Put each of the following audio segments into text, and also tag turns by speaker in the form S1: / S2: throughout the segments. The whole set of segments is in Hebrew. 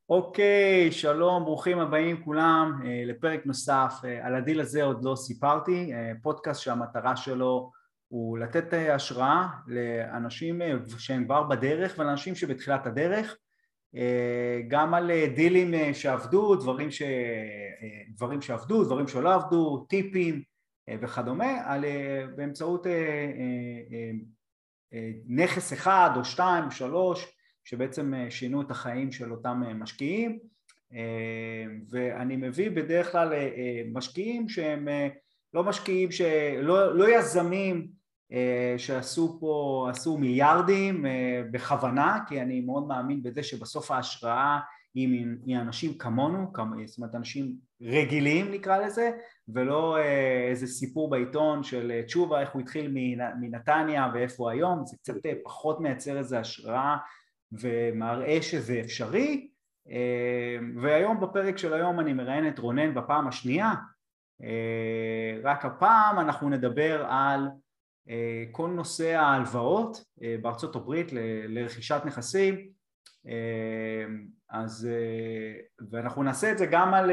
S1: אוקיי, שלום, ברוכים הבאים כולם לפרק נוסף על הדיל הזה עוד לא סיפרתי, פודקאסט שהמטרה שלו הוא לתת השראה לאנשים שהם כבר בדרך ולאנשים שבתחילת הדרך, גם על דילים שעבדו, דברים שעבדו, דברים שלא עבדו, טיפים וכדומה, באמצעות נכס אחד או שתיים או שלוש שבעצם שינו את החיים של אותם משקיעים, ואני מביא בדרך כלל משקיעים שהם לא משקיעים, לא יזמים עשו מיליארדים בכוונה, כי אני מאוד מאמין בזה שבסוף ההשראה היא אנשים כמונו, זאת אומרת אנשים רגילים נקרא לזה, ולא איזה סיפור בעיתון של תשובה איך הוא התחיל מנתניה ואיפה הוא היום, זה קצת פחות מייצר איזה השראה ומראה שזה אפשרי. והיום בפרק של היום אני מראיין את רונן בפעם השנייה, רק הפעם אנחנו נדבר על כל נושא ההלוואות בארצות הברית לרכישת נכסים, ואנחנו נעשה את זה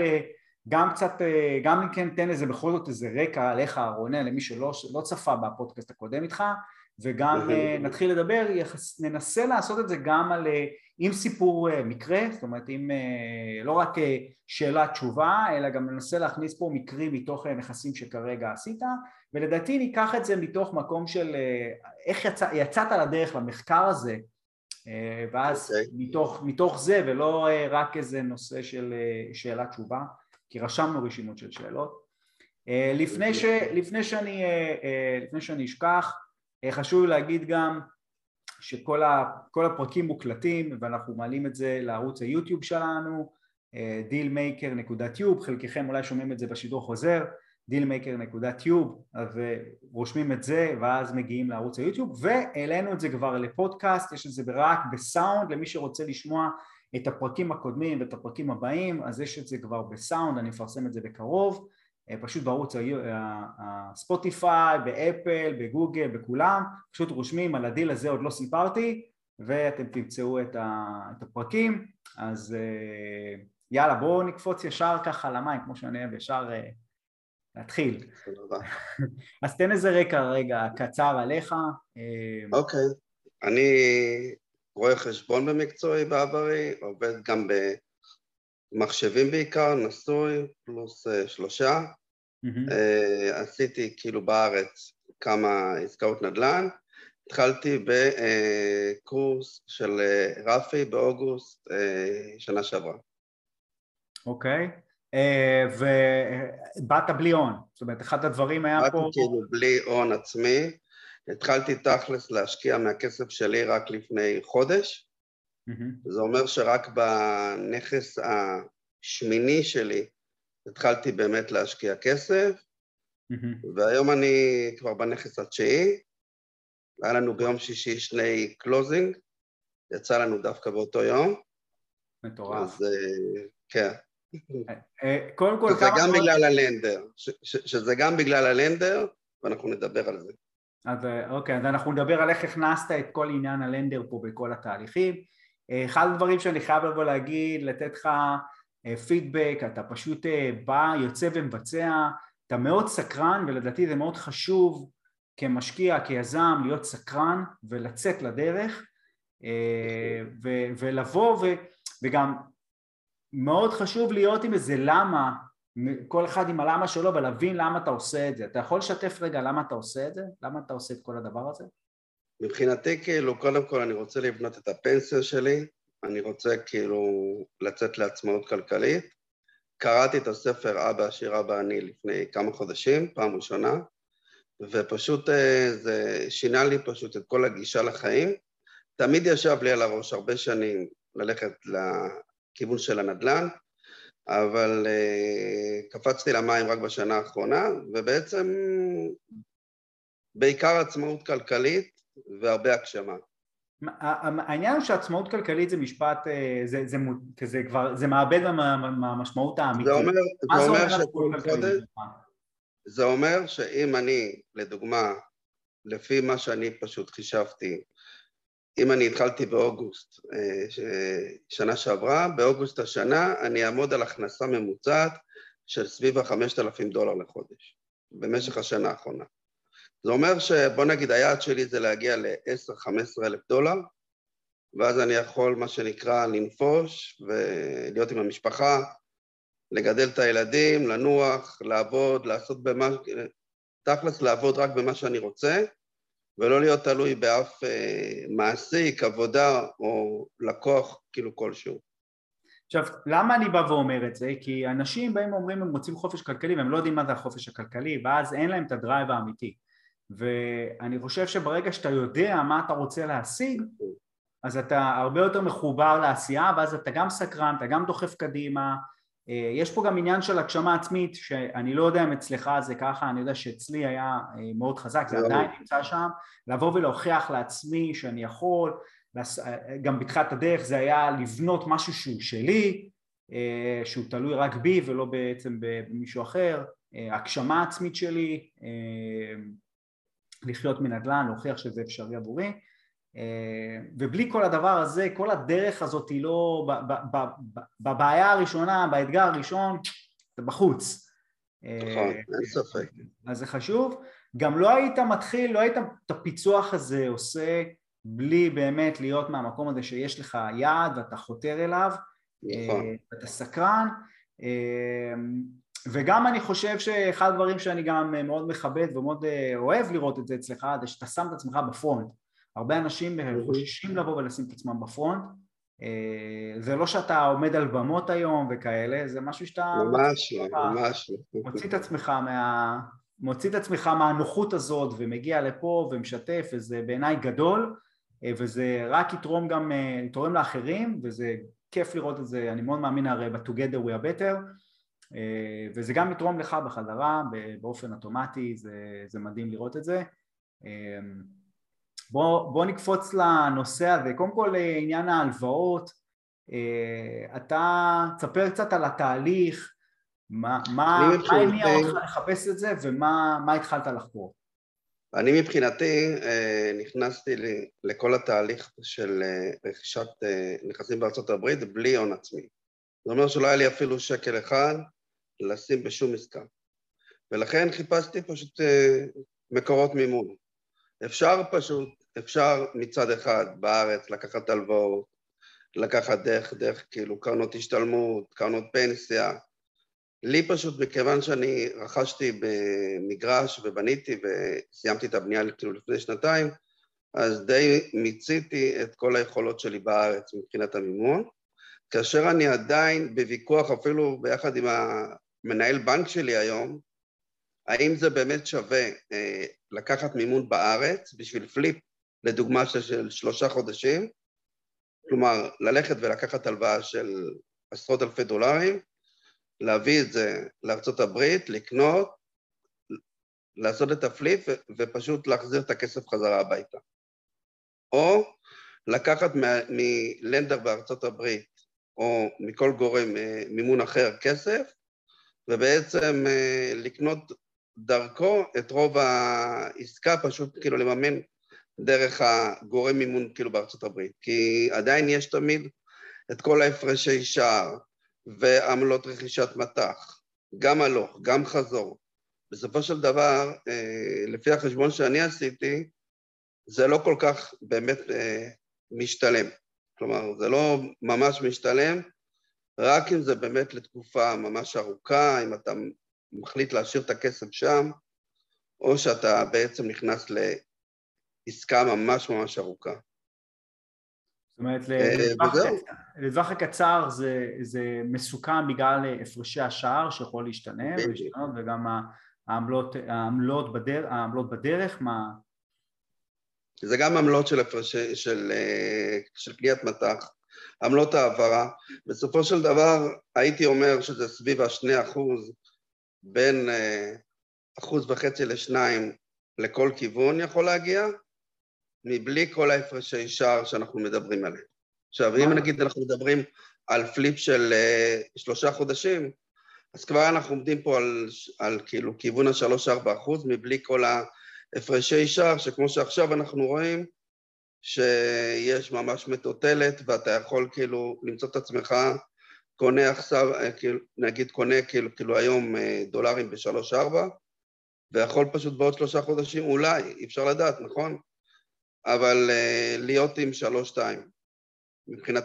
S1: גם כן ניתן איזה בכל זאת איזה רקע עליך רונן למי שלא צפה בפודקאסט הקודם איתך, וגם נתחיל לדבר, ננסה לעשות את זה גם עם סיפור מקרה, זאת אומרת לא רק שאלה תשובה, אלא גם ננסה להכניס פה מקרים מתוך נכסים שכרגע עשית, ולדעתי ניקח את זה מתוך מקום של איך יצאת לדרך למחקר הזה, ואז מתוך זה ולא רק איזה נושא של שאלה תשובה, כי רשמנו רשימות של שאלות. לפני שאני אשכח, חשוב להגיד גם שכל הפרקים מוקלטים ואנחנו מעלים את זה לערוץ היוטיוב שלנו, dealmaker.tube, חלקכם אולי שומעים את זה בשידור חוזר, dealmaker.tube, אז רושמים את זה ואז מגיעים לערוץ היוטיוב, והעלינו את זה כבר לפודקאסט, יש את זה רק בסאונד, למי שרוצה לשמוע את הפרקים הקודמים ואת הפרקים הבאים, אז יש את זה כבר בסאונד, אני אפרסם את זה בקרוב, פשוט בערוץ הספוטיפיי, באפל, בגוגל, בכולם, פשוט רושמים על הדיל הזה עוד לא סיפרתי, ואתם תמצאו את הפרקים, אז יאללה בואו נקפוץ ישר ככה למים, כמו שאני אוהב, ישר להתחיל. אז תן איזה רגע קצר עליך.
S2: אוקיי, אני רואה חשבון במקצועי בעברי, עובד גם במחשבים בעיקר, נשוי, פלוס 3. עשיתי כאילו בארץ כמה עסקאות נדל"ן, התחלתי בקורס של רפי באוגוסט שנה שעברה.
S1: אוקיי, ובאת בלי הון, זאת אומרת אחד הדברים היה פה...
S2: באתי כאילו בלי הון עצמי, התחלתי תכלס להשקיע מהכסף שלי רק לפני חודש, זה אומר שרק בנכס השמיני שלי התחלתי באמת להשקיע כסף, והיום אני כבר בנכס התשיעי, היה לנו ביום שישי 2 קלוזינג, יצא לנו דווקא באותו יום.
S1: מטורף.
S2: אז כן.
S1: קודם כל
S2: זה גם בגלל הלנדר, שזה גם בגלל הלנדר, ואנחנו נדבר על זה.
S1: אז אוקיי, אז אנחנו נדבר על איך הכנסת את כל עניין הלנדר פה בכל התהליכים. אחד הדברים שאני חייב לבוא להגיד, לתת לך פידבק, אתה פשוט בא, יוצא ומבצע, אתה מאוד סקרן, ולדעתי זה מאוד חשוב כמשקיע, כיזם, להיות סקרן ולצאת לדרך, ולבוא, וגם מאוד חשוב להיות עם איזה למה, כל אחד עם הלמה שלו, ולהבין למה אתה עושה את זה. אתה יכול לשתף רגע למה אתה עושה את זה? למה אתה עושה את כל הדבר הזה?
S2: מבחינתי, כאילו, קודם כל אני רוצה לבנות את הפנסיה שלי, אני רוצה כאילו לצאת לעצמאות כלכלית. קראתי את הספר אבא עשיר אבא אני לפני כמה חודשים, פעם ראשונה, ופשוט זה שינה לי פשוט את כל הגישה לחיים. תמיד ישב לי על הראש הרבה שנים ללכת לכיוון של הנדל"ן, אבל קפצתי למים רק בשנה האחרונה, ובעצם בעיקר עצמאות כלכלית והרבה הגשמה.
S1: העניין הוא שעצמאות כלכלית זה משפט, זה מאבד מהמשמעות האמיתית.
S2: זה אומר שאם אני, לדוגמה, לפי מה שאני פשוט חישבתי, אם אני התחלתי באוגוסט שנה שעברה, באוגוסט השנה אני אעמוד על הכנסה ממוצעת של סביב $5,000 לחודש, במשך השנה האחרונה. זה אומר שבוא נגיד היעד שלי זה להגיע $10,000-15,000, ואז אני יכול מה שנקרא לנפוש ולהיות עם המשפחה, לגדל את הילדים, לנוח, לעבוד, לעשות תכלס לעבוד רק במה שאני רוצה, ולא להיות תלוי באף מעסיק, עבודה או לקוח כאילו כלשהו.
S1: עכשיו, למה אני בא ואומר את זה? כי אנשים באים ואומרים הם רוצים חופש כלכלי והם לא יודעים מה זה החופש הכלכלי, ואז אין להם את הדרייב האמיתי. ואני חושב שברגע שאתה יודע מה אתה רוצה להשיג, אז אתה הרבה יותר מחובר לעשייה, ואז אתה גם סקרן, אתה גם דוחף קדימה. יש פה גם עניין של הגשמה עצמית, שאני לא יודע אם אצלך זה ככה, אני יודע שאצלי היה מאוד חזק, זה עדיין נמצא שם, לבוא ולהוכיח לעצמי שאני יכול, גם בתחילת הדרך זה היה לבנות משהו שהוא שלי, שהוא תלוי רק בי ולא בעצם במישהו אחר, הגשמה עצמית שלי, לחיות מנדל"ן, להוכיח שזה אפשרי עבורי, ובלי כל הדבר הזה, כל הדרך הזאת היא לא, בבעיה הראשונה, באתגר הראשון, זה בחוץ.
S2: נכון, אין ספק.
S1: אז זה חשוב. גם לא היית מתחיל, לא היית את הפיצוח הזה עושה בלי באמת להיות מהמקום הזה שיש לך יעד ואתה חותר אליו, ואתה סקרן, וגם אני חושב שאחד הדברים שאני גם מאוד מכבד ומאוד אוהב לראות את זה אצלך, זה שאתה שם את עצמך בפרונט. הרבה אנשים חוששים לבוא ולשים את עצמם בפרונט, זה לא שאתה עומד על במות היום וכאלה, זה משהו שאתה
S2: ממש
S1: מוציא את עצמך מהנוחות הזאת ומגיע לפה ומשתף, וזה בעיניי גדול, וזה רק יתרום לאחרים, וזה כיף לראות את זה, אני מאוד מאמין הרי ב-Together we are better, וזה גם יתרום לך בחזרה באופן אוטומטי, זה מדהים לראות את זה. בוא נקפוץ לנושא הזה, קודם כל עניין ההלוואות, אתה תספר קצת על התהליך, מה הניע אותך לחפש את זה ומה התחלת לחקור?
S2: אני מבחינתי נכנסתי לכל התהליך של רכישת נכסים בארצות הברית בלי הון עצמי. זאת אומרת שלא היה לי אפילו שקל אחד לשים בשום עסקה. ולכן חיפשתי פשוט מקורות מימון. אפשר מצד אחד בארץ לקחת הלוואות, לקחת דרך כאילו קרנות השתלמות, קרנות פנסיה. לי פשוט מכיוון שאני רכשתי במגרש ובניתי וסיימתי את הבנייה כאילו לפני שנתיים, אז די מיציתי את כל היכולות שלי בארץ מבחינת המימון, כאשר אני עדיין בוויכוח אפילו ביחד עם המנהל בנק שלי היום, האם זה באמת שווה לקחת מימון בארץ בשביל פליפ, לדוגמה של 3 חודשים, כלומר ללכת ולקחת הלוואה של עשרות אלפי דולרים, להביא את זה לארצות הברית, לקנות, לעשות את הפליפ ופשוט להחזיר את הכסף חזרה הביתה. או לקחת מלנדר בארצות הברית, או מכל גורם מימון אחר כסף, ובעצם לקנות דרכו את רוב העסקה, פשוט כאילו לממן דרך הגורם מימון כאילו בארצות הברית. כי עדיין יש תמיד את כל ההפרשי שער, ועמלות רכישת מטח, גם הלוך, גם חזור. בסופו של דבר, לפי החשבון שאני עשיתי, זה לא כל כך באמת משתלם. כלומר, זה לא ממש משתלם, רק אם זה באמת לתקופה ממש ארוכה, אם אתה מחליט להשאיר את הכסף שם, או שאתה בעצם נכנס לעסקה ממש ממש ארוכה.
S1: זאת אומרת, לטווח הקצר זה מסוכן בגלל הפרשי השער שיכול להשתנות, וגם העמלות בדרך, מה?
S2: זה גם עמלות של הפרשי, של קניית מטח, עמלות העברה. בסופו של דבר הייתי אומר שזה סביב 2%, בין 1.5% ל2% לכל כיוון יכול להגיע, מבלי כל ההפרשי שער שאנחנו מדברים עליהם. עכשיו, אם נגיד אנחנו מדברים על פליפ של 3 חודשים, אז כבר אנחנו עומדים פה על כאילו כיוון ה3-4%, מבלי כל ההפרשי שער, שכמו שעכשיו אנחנו רואים, שיש ממש מטוטלת, ואתה יכול כאילו למצוא את עצמך, קונה עכשיו, נגיד קונה כאילו היום דולרים ב3-4, ויכול פשוט בעוד 3 חודשים, אולי, אי אפשר לדעת, נכון? אבל להיות עם 3-2, מבחינת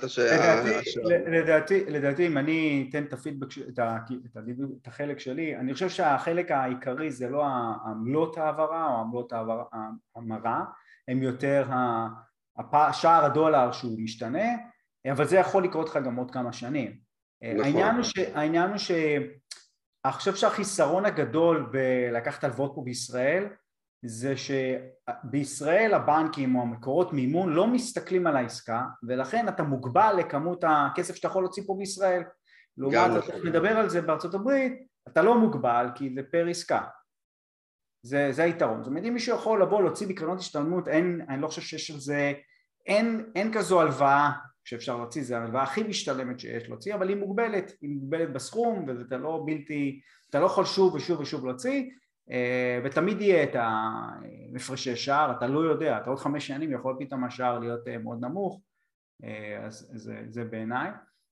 S1: לדעתי, אם אני אתן את הפידבק, את החלק שלי, אני חושב שהחלק העיקרי זה לא עמלות העברה או עמלות המרה, הם יותר שער הדולר שהוא משתנה, אבל זה יכול לקרות לך גם עוד כמה שנים.
S2: נכון.
S1: העניין הוא אני חושב שהחיסרון הגדול בלקחת הלוואות פה בישראל, זה שבישראל הבנקים או המקורות מימון לא מסתכלים על העסקה, ולכן אתה מוגבל לכמות הכסף שאתה יכול להוציא פה בישראל. לעומת, אתה מדבר על זה בארצות הברית, אתה לא מוגבל כי זה פר עסקה. זה היתרון. זאת אומרת, אם מישהו יכול לבוא להוציא בקרנות השתלמות, אני לא חושב שיש על זה, אין כזו הלוואה שאפשר להוציא, זה ההלוואה הכי משתלמת שיש להוציא, אבל היא מוגבלת בסכום, ואתה לא יכול שוב ושוב ושוב להוציא, ותמיד יהיה את המפרשי שער, אתה לא יודע, אתה עוד 5 שנים יכול פתאום השער להיות מאוד נמוך, אז זה בעיניי.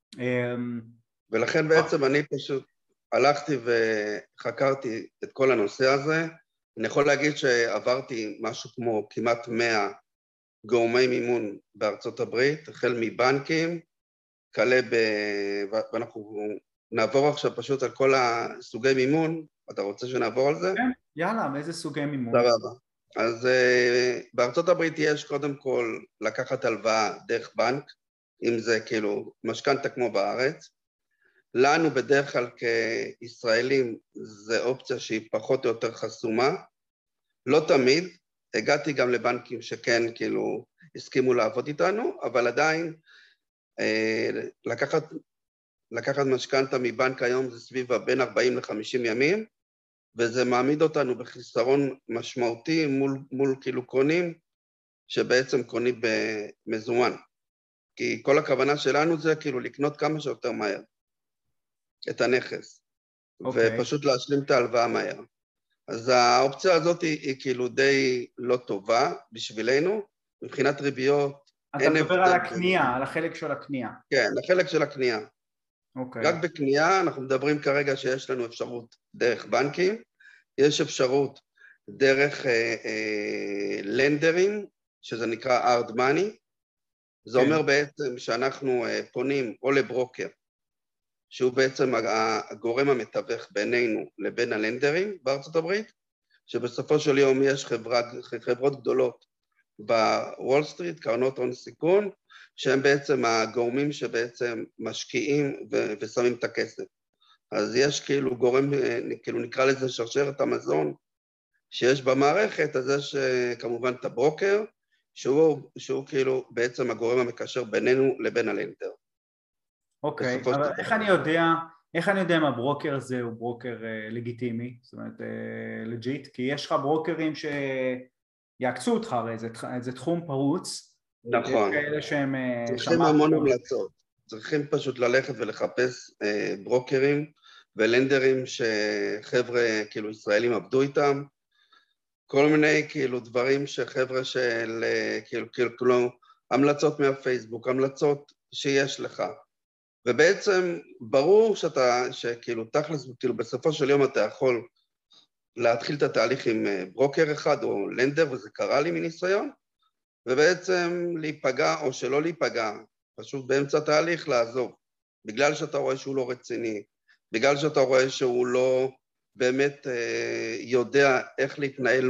S2: ולכן בעצם אני פשוט הלכתי וחקרתי את כל הנושא הזה, אני יכול להגיד שעברתי משהו כמו כמעט 100 גורמי מימון בארצות הברית, החל מבנקים, ואנחנו נעבור עכשיו פשוט על כל הסוגי מימון, אתה רוצה שנעבור על זה?
S1: כן, יאללה, מאיזה סוגי מימון?
S2: סבבה. אז בארצות הברית יש קודם כל לקחת הלוואה דרך בנק, אם זה כאילו משכנתא כמו בארץ. לנו בדרך כלל כישראלים זה אופציה שהיא פחות או יותר חסומה, לא תמיד, הגעתי גם לבנקים שכן כאילו הסכימו לעבוד איתנו, אבל עדיין לקחת משכנתא מבנק היום זה סביב בין 40 ל-50 ימים, וזה מעמיד אותנו בחיסרון משמעותי מול כאילו קונים, שבעצם קונים במזומן. כי כל הכוונה שלנו זה כאילו לקנות כמה שיותר מהר את הנכס, ופשוט להשלים את ההלוואה מהר. אז האופציה הזאת היא כאילו די לא טובה בשבילנו, מבחינת ריביות.
S1: אתה מדבר על הקנייה, על החלק של הקנייה.
S2: כן, החלק של הקנייה.
S1: אוקיי.
S2: רק בקנייה אנחנו מדברים כרגע שיש לנו אפשרות דרך בנקים, יש אפשרות דרך לנדרים, שזה נקרא hard money, זה אומר בעצם שאנחנו פונים או לברוקר, שהוא בעצם הגורם המתווך בינינו לבין הלנדרים בארצות הברית, שבסופו של יום יש חברות גדולות בוול סטריט, קרנות הון סיכון, שהם בעצם הגורמים שבעצם משקיעים ושמים את הכסף. אז יש כאילו גורם, כאילו נקרא לזה שרשרת המזון שיש במערכת, אז יש כמובן את הברוקר, שהוא כאילו בעצם הגורם המקשר בינינו לבין הלנדר.
S1: אוקיי, אבל איך אני יודע אם הברוקר הזה הוא ברוקר לגיטימי, זאת אומרת לג'יט, כי יש לך ברוקרים שיעקצו אותך, הרי זה תחום פרוץ.
S2: נכון. צריכים המון המלצות. צריכים פשוט ללכת ולחפש ברוקרים ולנדרים שחבר'ה כאילו ישראלים עבדו איתם, כל מיני כאילו דברים שחבר'ה של כאילו המלצות מהפייסבוק, המלצות שיש לך. ובעצם ברור שכאילו תכלס, כאילו בסופו של יום אתה יכול להתחיל את התהליך עם ברוקר אחד או לנדר, וזה קרה לי מניסיון, ובעצם להיפגע או שלא להיפגע, פשוט באמצע התהליך לעזוב, בגלל שאתה רואה שהוא לא רציני, בגלל שאתה רואה שהוא לא באמת יודע איך להתנהל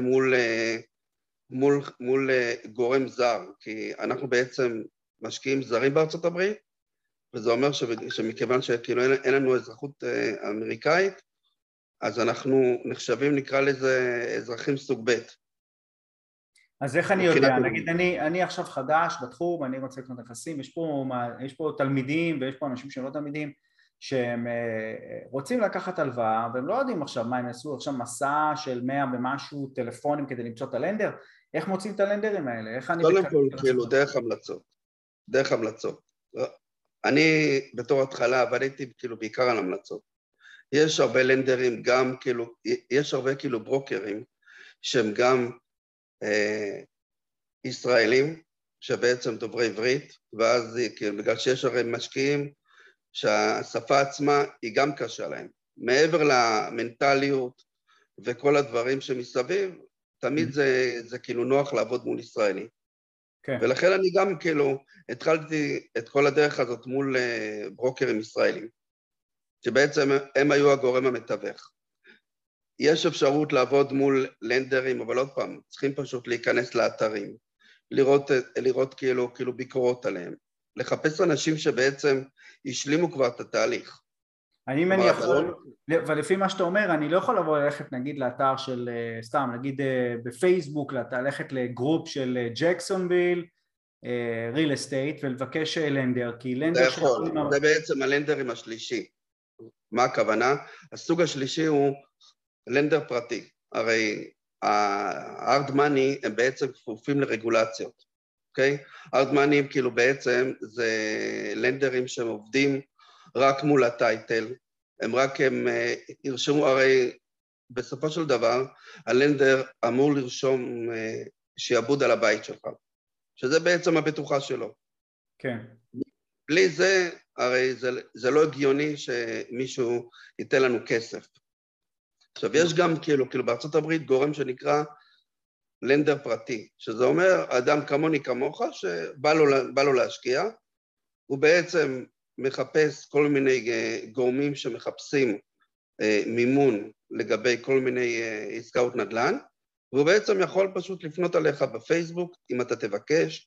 S2: מול גורם זר, כי אנחנו בעצם משקיעים זרים בארצות הברית, וזה אומר שמכיוון שכאילו אין לנו אזרחות אמריקאית, אז אנחנו נחשבים, נקרא לזה, אזרחים סוג ב'.
S1: אז איך אני יודע? נגיד, אני עכשיו חדש בתחום, אני רוצה לקנות נכסים, יש פה תלמידים ויש פה אנשים שהם לא תלמידים, שהם רוצים לקחת הלוואה, והם לא יודעים עכשיו מה הם יעשו, עכשיו מסע של 100 ומשהו טלפונים כדי למצוא את הלנדר, איך מוצאים את הלנדרים האלה?
S2: קודם כל, כאילו, דרך המלצות. אני בתור התחלה עבדתי כאילו בעיקר על המלצות. יש הרבה לנדרים גם כאילו, יש הרבה כאילו ברוקרים שהם גם ישראלים, שבעצם דוברי עברית, ואז כאילו, בגלל שיש הרי משקיעים שהשפה עצמה היא גם קשה להם. מעבר למנטליות וכל הדברים שמסביב, תמיד זה כאילו נוח לעבוד מול ישראלי.
S1: כן.
S2: ולכן אני גם כאילו התחלתי את כל הדרך הזאת מול ברוקרים ישראלים, שבעצם הם היו הגורם המתווך. יש אפשרות לעבוד מול לנדרים, אבל עוד פעם, צריכים פשוט להיכנס לאתרים, לראות כאילו ביקורות עליהם, לחפש אנשים שבעצם השלימו כבר את התהליך.
S1: אני מניח, ולפי מה שאתה אומר, אני לא יכול לבוא ללכת נגיד לאתר של, סתם, נגיד בפייסבוק, ללכת לגרופ של ג'קסונוויל, ריל אסטייט, ולבקש לנדר, כי לנדר...
S2: זה יכול, זה בעצם הלנדרים השלישי. מה הכוונה? הסוג השלישי הוא לנדר פרטי. הרי ה-hard money הם בעצם כפופים לרגולציות, אוקיי? hard money כאילו בעצם זה לנדרים שהם עובדים רק מול הטייטל, הם ירשמו, הרי בסופו של דבר, הלנדר אמור לרשום שיעבוד על הבית שלך, שזה בעצם הבטוחה שלו.
S1: כן.
S2: בלי זה, הרי זה לא הגיוני שמישהו ייתן לנו כסף. עכשיו, יש גם כאילו בארצות הברית גורם שנקרא לנדר פרטי, שזה אומר, אדם כמוני כמוך, שבא לו להשקיע, הוא בעצם מחפש כל מיני גורמים שמחפשים מימון לגבי כל מיני עסקאות נדל"ן, והוא בעצם יכול פשוט לפנות עליך בפייסבוק, אם אתה תבקש,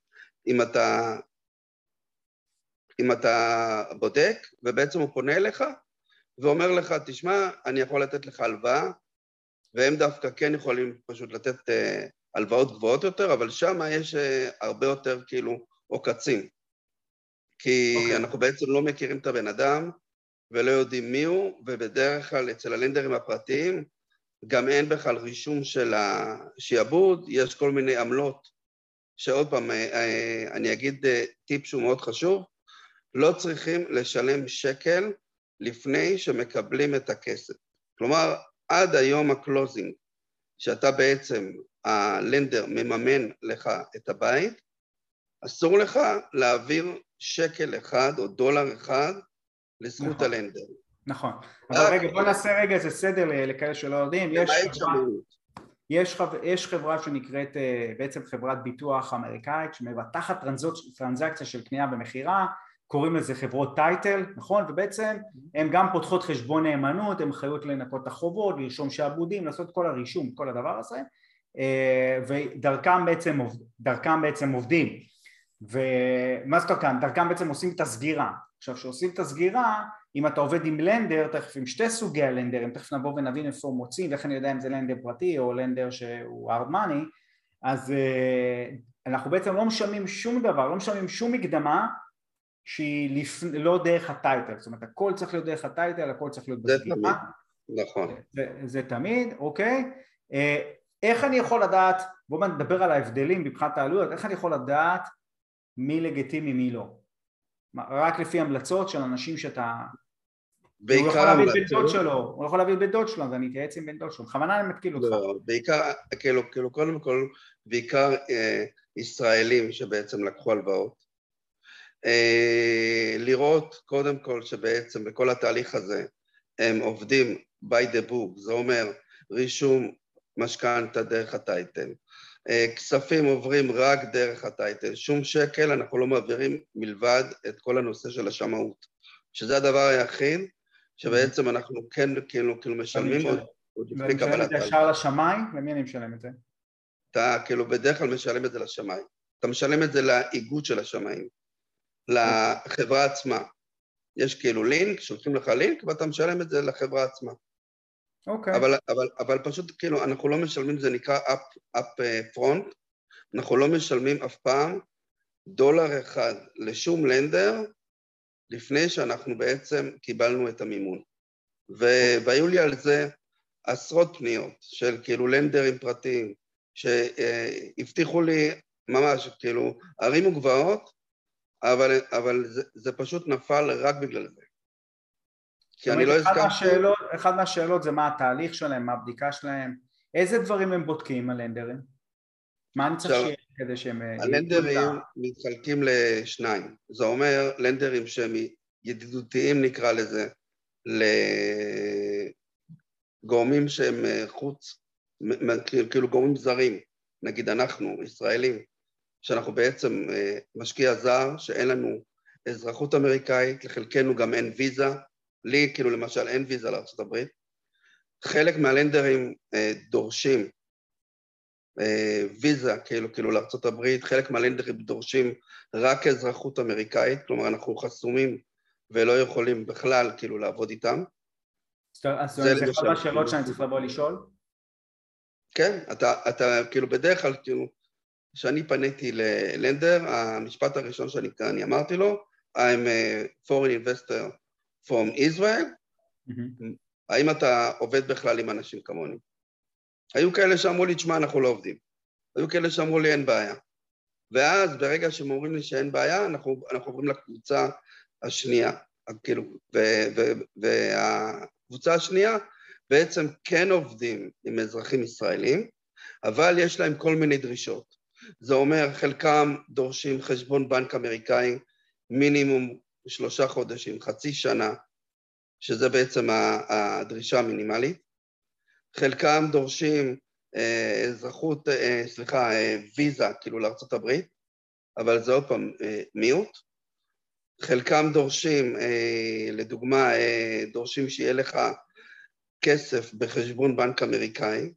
S2: אם אתה בודק, ובעצם הוא פונה אליך, ואומר לך, תשמע, אני יכול לתת לך הלוואה, והם דווקא כן יכולים פשוט לתת הלוואות גבוהות יותר, אבל שם יש הרבה יותר כאילו עוקצים. כי אנחנו בעצם לא מכירים את הבן אדם, ולא יודעים מי הוא, ובדרך כלל אצל הלנדרים הפרטיים, גם אין בכלל רישום של השיעבוד, יש כל מיני עמלות, שעוד פעם, אני אגיד טיפ שהוא מאוד חשוב, לא צריכים לשלם שקל לפני שמקבלים את הכסף. כלומר, עד היום הקלוזינג, שאתה בעצם, הלנדר מממן לך את הבית, אסור לך להעביר שקל אחד או דולר אחד לזכות הלנדר.
S1: נכון. אבל רגע, בוא נעשה רגע איזה סדר לכאלה שלא יודעים. יש חברה שנקראת בעצם חברת ביטוח אמריקאית, שמבטחת טרנזקציה של קנייה ומכירה, קוראים לזה חברות טייטל, נכון? ובעצם הן גם פותחות חשבון נאמנות, הן חייבות לנקות את החובות, לרשום שעבודים, לעשות כל הרישום, כל הדבר הזה, ודרכם בעצם עובדים. ומה זאת אומרת? דרכם בעצם עושים את הסגירה. עכשיו, שעושים את הסגירה, אם אתה עובד עם לנדר, תכף עם שתי סוגי הלנדרים, תכף נבוא ונבין איפה מוצאים, ואיך אני יודע אם זה לנדר פרטי או לנדר שהוא hard money, אז אנחנו בעצם לא משלמים שום דבר, לא משלמים שום מקדמה, שהיא לא דרך הטייטל, זאת אומרת, הכל צריך להיות דרך הטייטל, הכל צריך להיות בסגירה.
S2: זה תמיד, נכון.
S1: זה תמיד, אוקיי. איך אני יכול לדעת, בואו נדבר על ההבדלים מבחינת העלויות, איך אני יכול לדעת מי לגיטימי, מי לא? רק לפי המלצות של אנשים שאתה... הוא יכול להביא בן דוד שלו, הוא יכול להביא בן דוד שלו, אז אני אתייעץ עם בן דוד שלו, בכוונה אני מתקיל אותך.
S2: לא, בעיקר, כאילו קודם כל, בעיקר ישראלים שבעצם לקחו הלוואות, לראות קודם כל שבעצם בכל התהליך הזה הם עובדים by the book, זה אומר רישום משכנתא דרך הטייטל, כספים עוברים רק דרך הטייטל, שום שקל אנחנו לא מעבירים מלבד את כל הנושא של השמאות, שזה הדבר היחיד שבעצם אנחנו כן כאילו משלמים עוד לפני קבלת
S1: משלם את זה ישר לשמאי? למי אני משלם את זה?
S2: אתה כאילו בדרך כלל משלם את זה לשמאי, אתה משלם את זה לאיגוד של השמאים, לחברה עצמה. יש כאילו לינק, שולחים לך לינק, ואתה משלם את זה לחברה עצמה.
S1: אוקיי.
S2: אבל פשוט כאילו, אנחנו לא משלמים, זה נקרא up front, אנחנו לא משלמים אף פעם דולר אחד לשום לנדר, לפני שאנחנו בעצם קיבלנו את המימון. והיו לי על זה עשרות פניות של כאילו לנדרים פרטיים, שהבטיחו לי ממש כאילו, ערים וגבעות, אבל זה פשוט נפל רק בגלל זה. כי אני לא הזכרתי...
S1: אחד מהשאלות זה מה התהליך שלהם, מה הבדיקה שלהם, איזה דברים הם בודקים הלנדרים? מה אני צריך שיהיה כדי שהם...
S2: הלנדרים מתחלקים לשניים. זה אומר לנדרים שהם ידידותיים נקרא לזה, לגורמים שהם חוץ, כאילו גורמים זרים, נגיד אנחנו, ישראלים, שאנחנו בעצם משקיע זר, שאין לנו אזרחות אמריקאית, לחלקנו גם אין ויזה, לי כאילו למשל אין ויזה לארצות הברית, חלק מהלנדרים דורשים ויזה כאילו לארצות הברית, חלק מהלנדרים דורשים רק אזרחות אמריקאית, כלומר אנחנו חסומים ולא יכולים בכלל כאילו לעבוד איתם.
S1: אז זה אחד מהשאלות שאני צריך לבוא לשאול?
S2: כן, אתה כאילו בדרך כלל, כאילו, כשאני פניתי ללנדר, המשפט הראשון שאני אמרתי לו, I'm a foreign investor from Israel, האם אתה עובד בכלל עם אנשים כמוני? היו כאלה שאמרו לי, תשמע, אנחנו לא עובדים. היו כאלה שאמרו לי, אין בעיה. ואז ברגע שהם אומרים לי שאין בעיה, אנחנו עוברים לקבוצה השנייה. כאילו, והקבוצה השנייה בעצם כן עובדים עם אזרחים ישראלים, אבל יש להם כל מיני דרישות. זה אומר, חלקם דורשים חשבון בנק אמריקאי, מינימום 3 חודשים, חצי שנה, שזה בעצם הדרישה המינימלית. חלקם דורשים ויזה, כאילו לארצות הברית, אבל זה עוד פעם מיעוט. חלקם דורשים, לדוגמה, דורשים שיהיה לך כסף בחשבון בנק אמריקאי.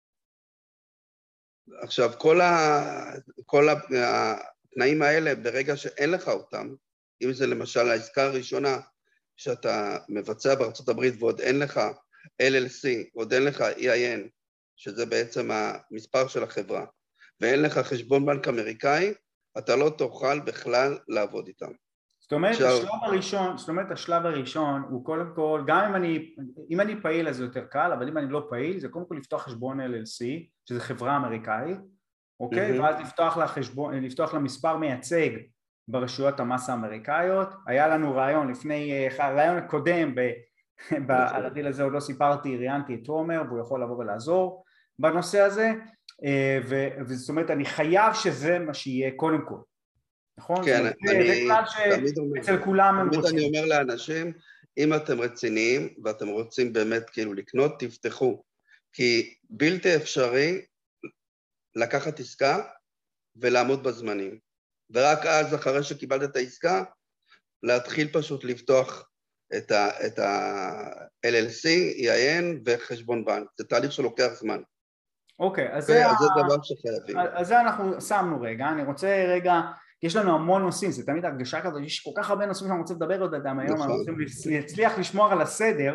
S2: עכשיו, כל התנאים האלה, ברגע שאין לך אותם, אם זה למשל העסקה הראשונה שאתה מבצע בארצות הברית ועוד אין לך LLC, ועוד אין לך EIN, שזה בעצם המספר של החברה, ואין לך חשבון בנק אמריקאי, אתה לא תוכל בכלל לעבוד איתם.
S1: זאת אומרת, השלב הראשון הוא קודם כל, גם אם אני פעיל אז זה יותר קל, אבל אם אני לא פעיל, זה קודם כל לפתוח חשבון LLC, שזה חברה אמריקאית, אוקיי? ואז לפתוח למספר מייצג ברשויות המס האמריקאיות. היה לנו רעיון קודם, על הדיל הזה עוד לא סיפרתי, ראיינתי את תומר, והוא יכול לבוא ולעזור בנושא הזה, וזאת אומרת, אני חייב שזה מה שיהיה קודם כל. נכון?
S2: כן,
S1: זה כלל שאצל כולם הם רוצים.
S2: תמיד אני אומר לאנשים, אם אתם רציניים ואתם רוצים באמת כאילו לקנות, תפתחו. כי בלתי אפשרי לקחת עסקה ולעמוד בזמנים. ורק אז, אחרי שקיבלת את העסקה, להתחיל פשוט לפתוח את ה-LLC, EIN וחשבון בנק. זה תהליך שלוקח זמן.
S1: אוקיי, אז
S2: זה דבר שחייבים.
S1: אז זה אנחנו שמנו רגע, אני רוצה רגע, יש לנו המון נושאים, זה תמיד הרגשה כזאת, יש כל כך הרבה נושאים שאני רוצה לדבר עוד אדם היום, אנחנו רוצים להצליח לשמור על הסדר,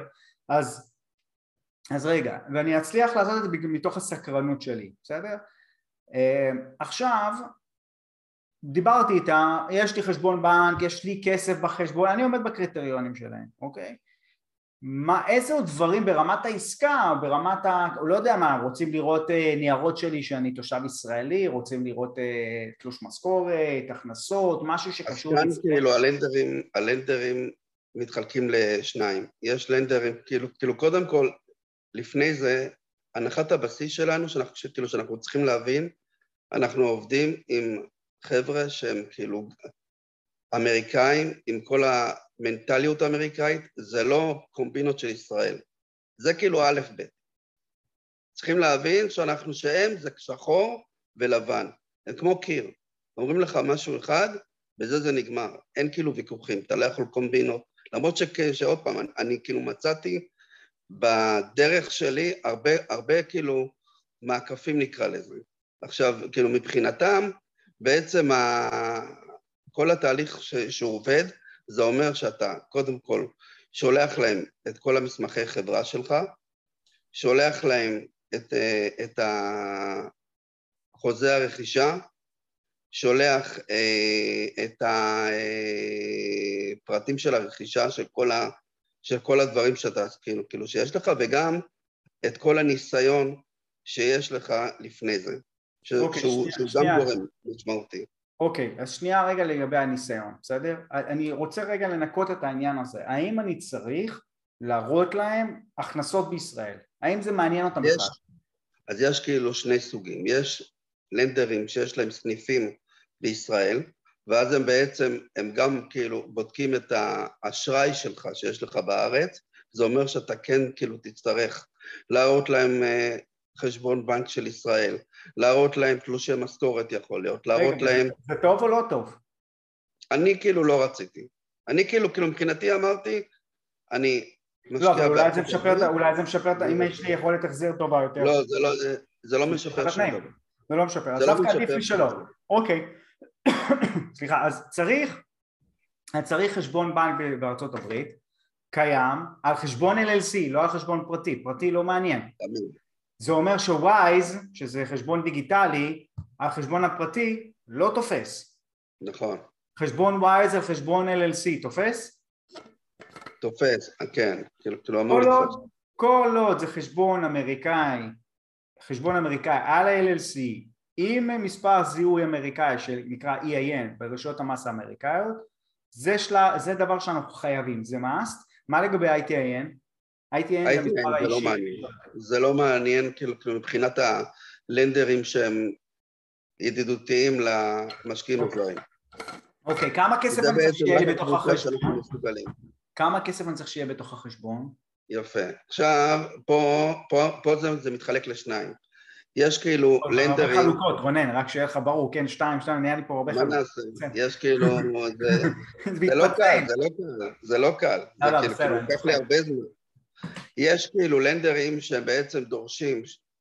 S1: אז רגע, ואני אצליח לעשות את זה מתוך הסקרנות שלי, בסדר? עכשיו, דיברתי איתה, יש לי חשבון בנק, יש לי כסף בחשבון, אני עומד בקריטריונים שלהם, אוקיי? איזה עוד דברים ברמת העסקה, ברמת לא יודע מה, רוצים לראות ניירות שלי שאני תושב ישראלי, רוצים לראות תלוש משכורת, הכנסות, משהו שקשור...
S2: אז כאן כאילו הלנדרים מתחלקים לשניים. יש לנדרים, כאילו קודם כל, לפני זה, הנחת הבסיס שלנו, שאנחנו צריכים להבין, אנחנו עובדים עם חבר'ה שהם כאילו אמריקאים, עם כל המנטליות האמריקאית, זה לא קומבינות של ישראל. זה כאילו א' ב'. צריכים להבין שהם זה שחור ולבן. הם כמו קיר. אומרים לך משהו אחד, בזה זה נגמר. אין כאילו ויכוחים, אתה לא יכול קומבינות. למרות שעוד פעם, אני כאילו מצאתי בדרך שלי הרבה כאילו מעקפים נקרא לזה. עכשיו, כאילו מבחינתם, בעצם כל התהליך שהוא עובד, זה אומר שאתה קודם כל שולח להם את כל המסמכי חברה שלך, שולח להם את חוזה הרכישה, שולח את הפרטים של הרכישה של כל הדברים שאתה כאילו שיש לך, וגם את כל הניסיון שיש לך לפני זה, שהוא גם גורם משמעותי.
S1: אוקיי, אז שנייה רגע לגבי הניסיון, בסדר? אני רוצה רגע לנקות את העניין הזה. האם אני צריך להראות להם הכנסות בישראל? האם זה מעניין אותם בכלל?
S2: אז יש כאילו שני סוגים. יש לנדרים שיש להם סניפים בישראל, ואז הם גם כאילו בודקים את האשראי שלך שיש לך בארץ, זה אומר שאתה כן כאילו תצטרך להראות להם חשבון בנק של ישראל, להראות להם תלושי משכורת יכול להיות, להראות להם...
S1: זה טוב או לא טוב?
S2: אני כאילו לא רציתי. אני כאילו מבחינתי אמרתי, אני משקיע...
S1: לא, אבל אולי זה משפר, אם יש לי יכולת החזיר טובה יותר.
S2: לא, זה לא משפר שום דבר.
S1: זה לא משפר, אז דווקא עדיף לי שלא. אוקיי, סליחה, אז צריך חשבון בנק בארצות הברית, קיים, על חשבון LLC, לא על חשבון פרטי, פרטי לא מעניין. זה אומר שווייז, שזה חשבון דיגיטלי, על חשבון הפרטי, לא תופס.
S2: נכון.
S1: חשבון ווייז על חשבון LLC, תופס?
S2: תופס, כן. כאילו אמור לתפוס.
S1: כל עוד זה חשבון אמריקאי על ה-LLC, עם מספר זיהוי אמריקאי שנקרא EIN ברשויות המס האמריקאיות, זה דבר שאנחנו חייבים, זה must. מה לגבי ITIN? ITIN זה מספר האישי.
S2: זה לא מעניין, כאילו מבחינת הלנדרים שהם ידידותיים למשקיעים הזרים.
S1: אוקיי, כמה כסף אני צריך שיהיה לי בתוך החשבון? כמה כסף אני צריך שיהיה בתוך החשבון?
S2: יפה. עכשיו, פה זה מתחלק לשניים. יש כאילו לנדרים...
S1: הרבה חלוקות, רונן, רק שיהיה לך ברור, כן, 2, נהיה לי פה הרבה חלוקות.
S2: מה נעשה? יש כאילו... זה לא קל. זה כאילו לוקח לי הרבה זמן. יש כאילו לנדרים שבעצם דורשים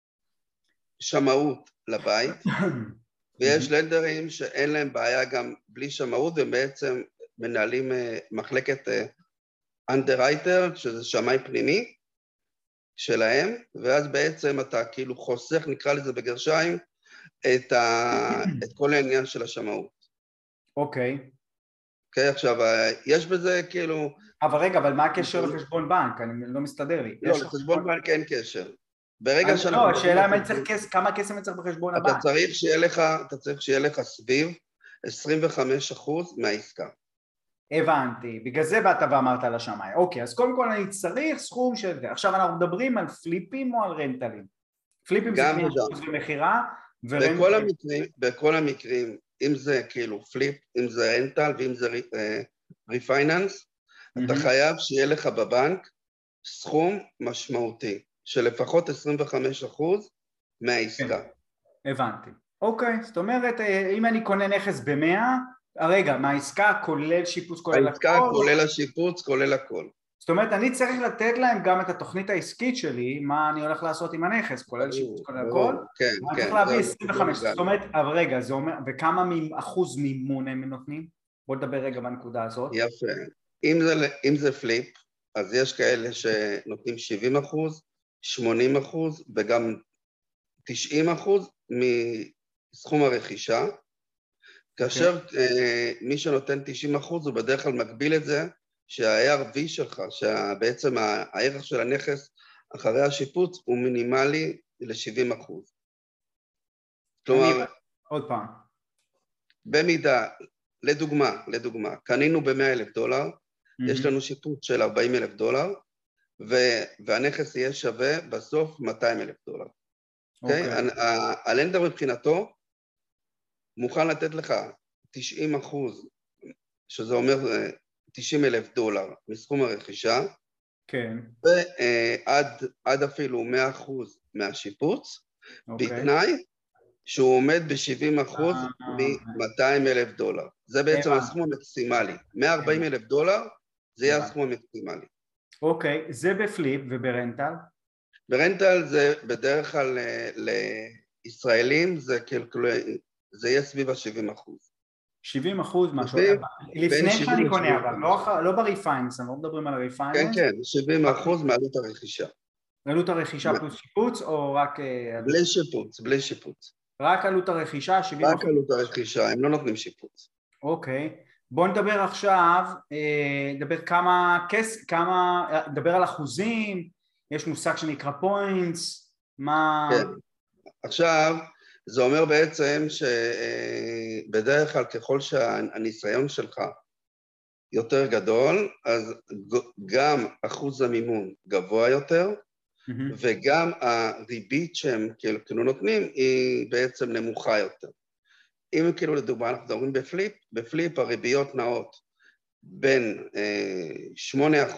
S2: שמאות לבית, ויש לנדרים שאין להם בעיה גם בלי שמאות, והם בעצם מנהלים מחלקת אנדררייטר, שזה שמאי פנימי שלהם, ואז בעצם אתה כאילו חוסך, נקרא לזה בגרשיים, את כל העניין של השמאות.
S1: אוקיי.
S2: אוקיי, עכשיו, יש בזה כאילו...
S1: אבל רגע, אבל מה הקשר לחשבון בנק? אני לא מסתדר לי.
S2: לא, לחשבון בנק אין קשר. ברגע שאנחנו...
S1: לא, השאלה כמה כסף אני צריך בחשבון הבנק.
S2: אתה צריך שיהיה לך סביב 25% מהעסקה.
S1: הבנתי, בגלל זה באת ואמרת על השמאי. אוקיי, אז קודם כל אני צריך סכום של זה. עכשיו אנחנו מדברים על פליפים או על רנטלים? פליפים זה קנייה ומחירה,
S2: בכל המקרים, אם זה כאילו פליפ, אם זה רנטל ואם זה ריפייננס, אתה חייב שיהיה לך בבנק סכום משמעותי, של לפחות 25% מהעסקה.
S1: הבנתי. אוקיי, זאת אומרת, אם אני קונה נכס ב-100, רגע, מהעסקה כולל שיפוץ, כולל הכל?
S2: העסקה כולל השיפוץ, כולל הכל.
S1: זאת אומרת, אני צריך לתת להם גם את התוכנית העסקית שלי, מה אני הולך לעשות עם הנכס, כולל שיפוץ, כולל הכל?
S2: כן, כן.
S1: אני צריך להביא 25, זאת אומרת, אבל רגע, זה אומר, וכמה אחוז מימון הם נותנים? בוא נדבר רגע בנקודה הזאת.
S2: יפה. אם זה פליפ, אז יש כאלה שנותנים 70%, 80% וגם 90% מסכום הרכישה, כאשר מי שנותן 90% הוא בדרך כלל מגביל את זה שה-ARV שלך, שבעצם הערך של הנכס אחרי השיפוץ הוא מינימלי ל-70%.
S1: כלומר, עוד פעם.
S2: במידה, לדוגמה, קנינו ב$100,000, יש לנו שיפוץ של $40,000, והנכס יהיה שווה בסוף $200,000. אוקיי? הלנדר מבחינתו מוכן לתת לך 90%, שזה אומר $90,000 מסכום הרכישה,
S1: כן.
S2: ועד אפילו 100% מהשיפוץ, בתנאי שהוא עומד ב-70% מ$200,000. זה בעצם הסכום המקסימלי. $140,000 זה יהיה הסכום המקסימלי.
S1: אוקיי, זה בפליפ וברנטל?
S2: ברנטל זה בדרך כלל לישראלים, זה יהיה סביב ה-70%.
S1: 70% משהו, לפני שאני קונה, אבל לא בריפייננס, אנחנו לא מדברים על הריפייננס.
S2: כן, 70% מעלות הרכישה.
S1: עלות הרכישה פלוס שיפוץ או רק...
S2: בלי שיפוץ.
S1: רק עלות הרכישה, 70%?
S2: רק עלות הרכישה, הם לא נותנים שיפוץ.
S1: אוקיי, בואו נדבר עכשיו, נדבר על אחוזים, יש מושג שנקרא פוינטס, מה...
S2: כן, עכשיו... זה אומר בעצם שבדרך כלל ככל שהניסיון שלך יותר גדול, אז גם אחוז המימון גבוה יותר, וגם הריבית שהם כאילו נותנים היא בעצם נמוכה יותר. אם כאילו לדוגמה אנחנו מדברים בפליפ הריביות נעות בין 8%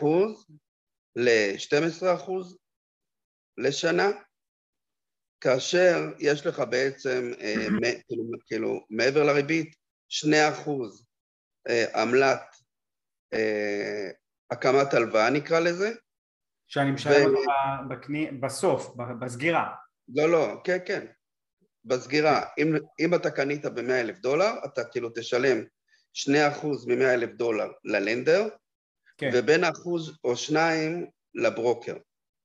S2: ל-12% לשנה, כאשר יש לך בעצם, כאילו מעבר לריבית, 2% עמלת הקמת הלוואה נקרא לזה.
S1: שאני משלם אותו בסוף, בסגירה.
S2: לא, כן. בסגירה, אם אתה קנית ב$100,000, אתה כאילו תשלם 2% מ$100,000 ללנדר, ובין 1% או 2% לברוקר.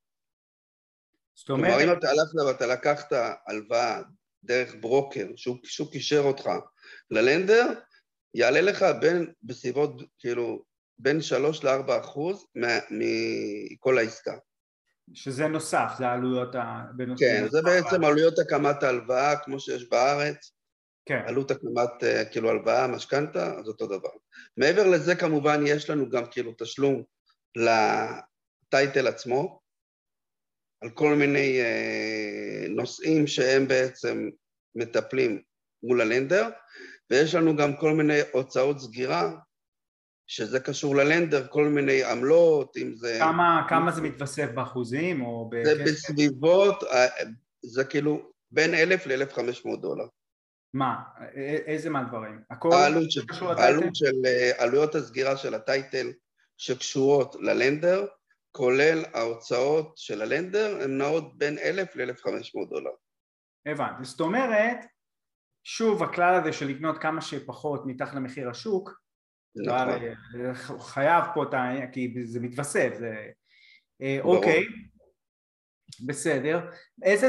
S2: כלומר, אם אתה הלכת ואתה לקחת הלוואה דרך ברוקר, שהוא קישר אותך ללנדר, יעלה לך בסביבות, כאילו, בין 3% ל-4% מכל העסקה.
S1: שזה נוסף, זה העלויות
S2: כן, זה בעצם עלויות הקמת ההלוואה, כמו שיש בארץ.
S1: כן.
S2: עלות הקמת, כאילו, הלוואה, משכנתה, אז אותו דבר. מעבר לזה, כמובן, יש לנו גם, כאילו, תשלום לטייטל עצמו, על כל מיני נושאים שהם בעצם מטפלים מול הלנדר, ויש לנו גם כל מיני הוצאות סגירה, שזה קשור ללנדר, כל מיני עמלות, אם זה...
S1: כמה זה מתווסף באחוזים או
S2: זה בסביבות, זה כאילו בין 1,000 ל-1,500 דולר.
S1: מה? איזה מהדברים?
S2: העלות של עלויות הסגירה של הטייטל שקשורות ללנדר, כולל ההוצאות של הלנדר, הן נעות בין 1,000 ל-1,500 דולר.
S1: הבנתי, זאת אומרת, שוב הכלל הזה של לקנות כמה שפחות מתחת למחיר השוק,
S2: נכון.
S1: חייב פה, כי זה מתווסף, זה... אוקיי, בסדר. איזה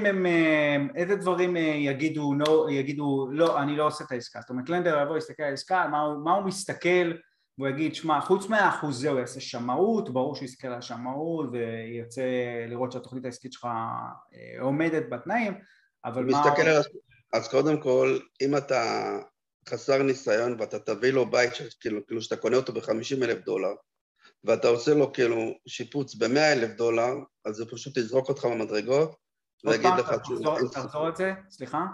S1: דברים יגידו, לא, אני לא עושה את העסקה. זאת אומרת, לנדר יבוא, יסתכל על העסקה, מה הוא מסתכל, והוא יגיד, שמה, חוץ מהאחוז זה הוא יעשה שמאות, ברור שהוא יסתכל על השמאות, וירצה לראות שהתוכנית העסקית שלך עומדת בתנאים, אבל מה...
S2: אז קודם כל, אם אתה חסר ניסיון, ואתה תביא לו בית, כאילו שאתה קונה אותו ב$50,000, ואתה עושה לו כאילו שיפוץ ב$100,000, אז זה פשוט יזרוק אותך במדרגות, ויגיד לך...
S1: תחזור את זה, סליחה?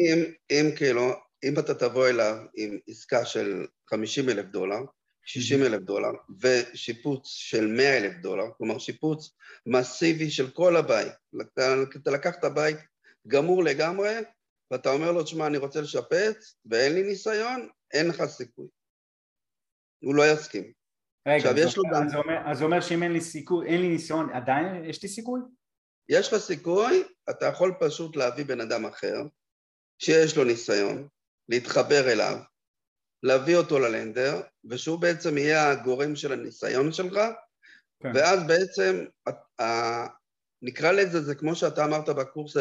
S2: אם אתה תבוא אליו עם עסקה של $50,000, $60,000, ושיפוץ של $100,000, כלומר שיפוץ מסיבי של כל הבית, אתה לקח את הבית גמור לגמרי, ואתה אומר לו, תשמע, אני רוצה לשפץ, ואין לי ניסיון, אין לך סיכוי. הוא לא יסכים.
S1: רגע, אז זה אומר שאם אין לי סיכוי, אין לי ניסיון, עדיין יש לי סיכוי?
S2: יש לך סיכוי, אתה יכול פשוט להביא בן אדם אחר, שיש לו ניסיון, להתחבר אליו, להביא אותו ללנדר, ושהוא בעצם יהיה הגורם של הניסיון שלך, כן. ואז בעצם, נקרא לזה, זה כמו שאתה אמרת בקורס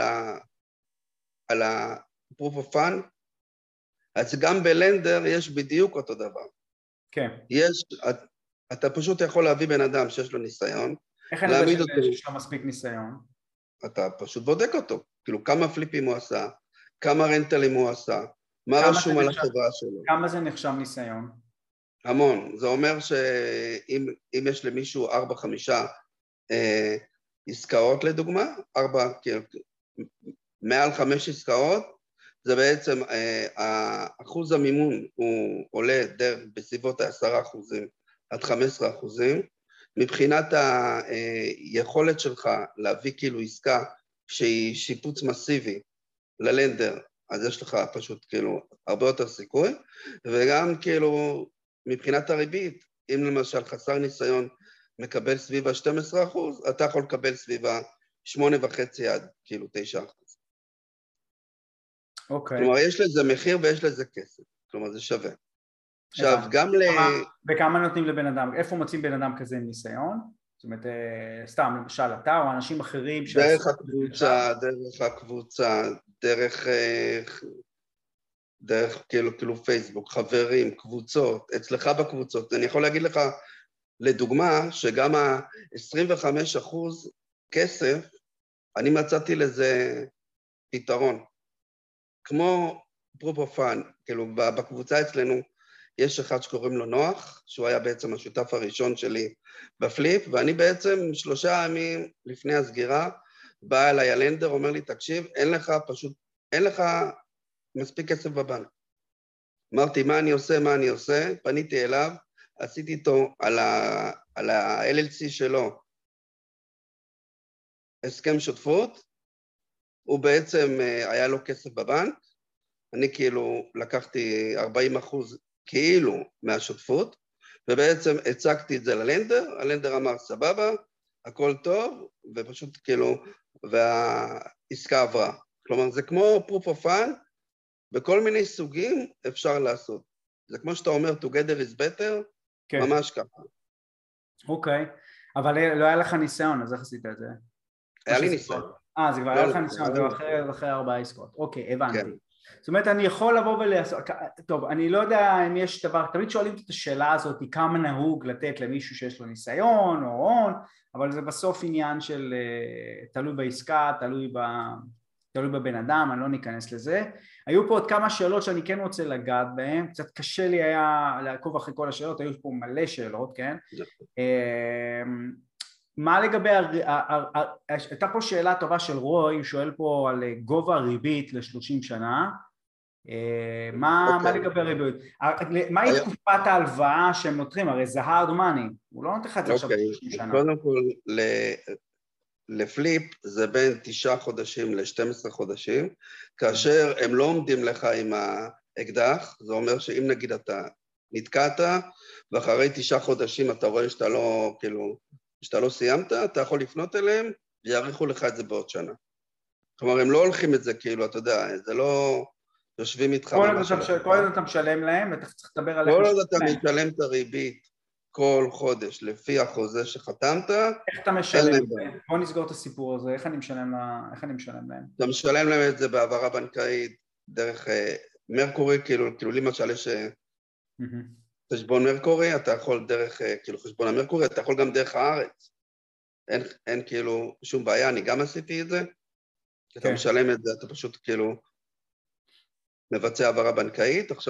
S2: על ה-proof of fund, אז גם בלנדר יש בדיוק אותו דבר.
S1: כן.
S2: אתה פשוט יכול להביא בן אדם שיש לו ניסיון,
S1: איך אני יודע שיש לו מספיק ניסיון?
S2: אתה פשוט בודק אותו, כאילו כמה פליפים הוא עשה, כמה רנטלים הוא עשה, מה רשום על החברה שלו.
S1: כמה זה נחשב ניסיון?
S2: המון, זה אומר שאם יש למישהו 4-5 עסקאות לדוגמה, מעל 5 עסקאות, זה בעצם אחוז המימון הוא עולה בסביבות 10% עד 15%, מבחינת היכולת שלך להביא כאילו עסקה שהיא שיפוץ מסיבי ללנדר, אז יש לך פשוט כאילו הרבה יותר סיכוי, וגם כאילו מבחינת הריבית, אם למשל חסר ניסיון מקבל סביבה 12%, אתה יכול לקבל סביבה 8.5 עד כאילו 9%.
S1: אוקיי.
S2: כלומר, יש לזה מחיר ויש לזה כסף, כלומר זה שווה. עכשיו, גם
S1: וכמה נותנים לבן אדם, איפה מוצאים בן אדם כזה עם ניסיון? זאת אומרת, סתם, למשל אתה או אנשים אחרים...
S2: דרך הקבוצה, דרך כאילו פייסבוק, חברים, קבוצות, אצלך בקבוצות. אני יכול להגיד לך, לדוגמה, שגם ה-25% כסף, אני מצאתי לזה פתרון. כמו proof of fund, כאילו בקבוצה אצלנו, יש אחד שקוראים לו נוח, שהוא היה בעצם השותף הראשון שלי בפליפ, ואני בעצם 3 ימים לפני הסגירה, בא אליי הלנדר, אומר לי, תקשיב, אין לך מספיק כסף בבנק. אמרתי, מה אני עושה? פניתי אליו, עשיתי איתו על ה-LLC שלו הסכם שותפות, הוא בעצם היה לו כסף בבנק, אני כאילו לקחתי 40% כאילו מהשותפות, ובעצם הצגתי את זה ללנדר, הלנדר אמר סבבה, הכל טוב, ופשוט כאילו, והעסקה עברה. כלומר, זה כמו proof of fund, בכל מיני סוגים אפשר לעשות. זה כמו שאתה אומר, together is better, כן. ממש ככה.
S1: אוקיי, אבל לא היה לך ניסיון, אז איך עשית את זה?
S2: היה לי ניסיון.
S1: זה כבר היה לך ניסיון, זה אחרי 4 עסקאות. אוקיי, הבנתי. זאת אומרת, אני יכול לבוא ולעשות, טוב, אני לא יודע אם יש דבר, תמיד שואלים את השאלה הזאת, כמה נהוג לתת למישהו שיש לו ניסיון או הון, אבל זה בסוף עניין של תלוי בעסקה, תלוי בבן אדם, אני לא ניכנס לזה. היו פה עוד כמה שאלות שאני כן רוצה לגעת בהן, קצת קשה לי היה לעקוב אחרי כל השאלות, היו פה מלא שאלות, כן? מה לגבי, הייתה פה שאלה טובה של רוי, הוא שואל פה על גובה ריבית ל-30 שנה, מה לגבי ריבית? מהי תקופת ההלוואה שהם נותנים? הרי זה hard money, הוא לא נותן לך את זה עכשיו 30 שנה.
S2: קודם כל, לפליפ זה בין 9 חודשים ל-12 חודשים, כאשר הם לא עומדים לך עם האקדח, זה אומר שאם נגיד אתה נתקעת, ואחרי 9 חודשים אתה רואה שאתה לא, כאילו, שאתה לא סיימת, אתה יכול לפנות אליהם, ויעריכו לך את זה בעוד שנה. כלומר, הם לא הולכים את זה, כאילו, אתה יודע, זה לא יושבים איתך ממש.
S1: כל עוד אתה משלם להם, אתה צריך לדבר עליך.
S2: כל עוד אתה משלם את הריבית כל חודש, לפי החוזה שחתמת,
S1: איך אתה משלם? בוא נסגור את הסיפור הזה, איך אני משלם להם?
S2: אתה משלם להם את זה בהעברה בנקאית, דרך מרקורי, כאילו למשל יש חשבון מרקורי, אתה יכול דרך כאילו חשבון המרקורי, אתה יכול גם דרך הארץ. אין כאילו שום בעיה, אני גם עשיתי את זה, אתה משלם את זה, אתה פשוט כאילו מבצע העברה בנקאית, עכשיו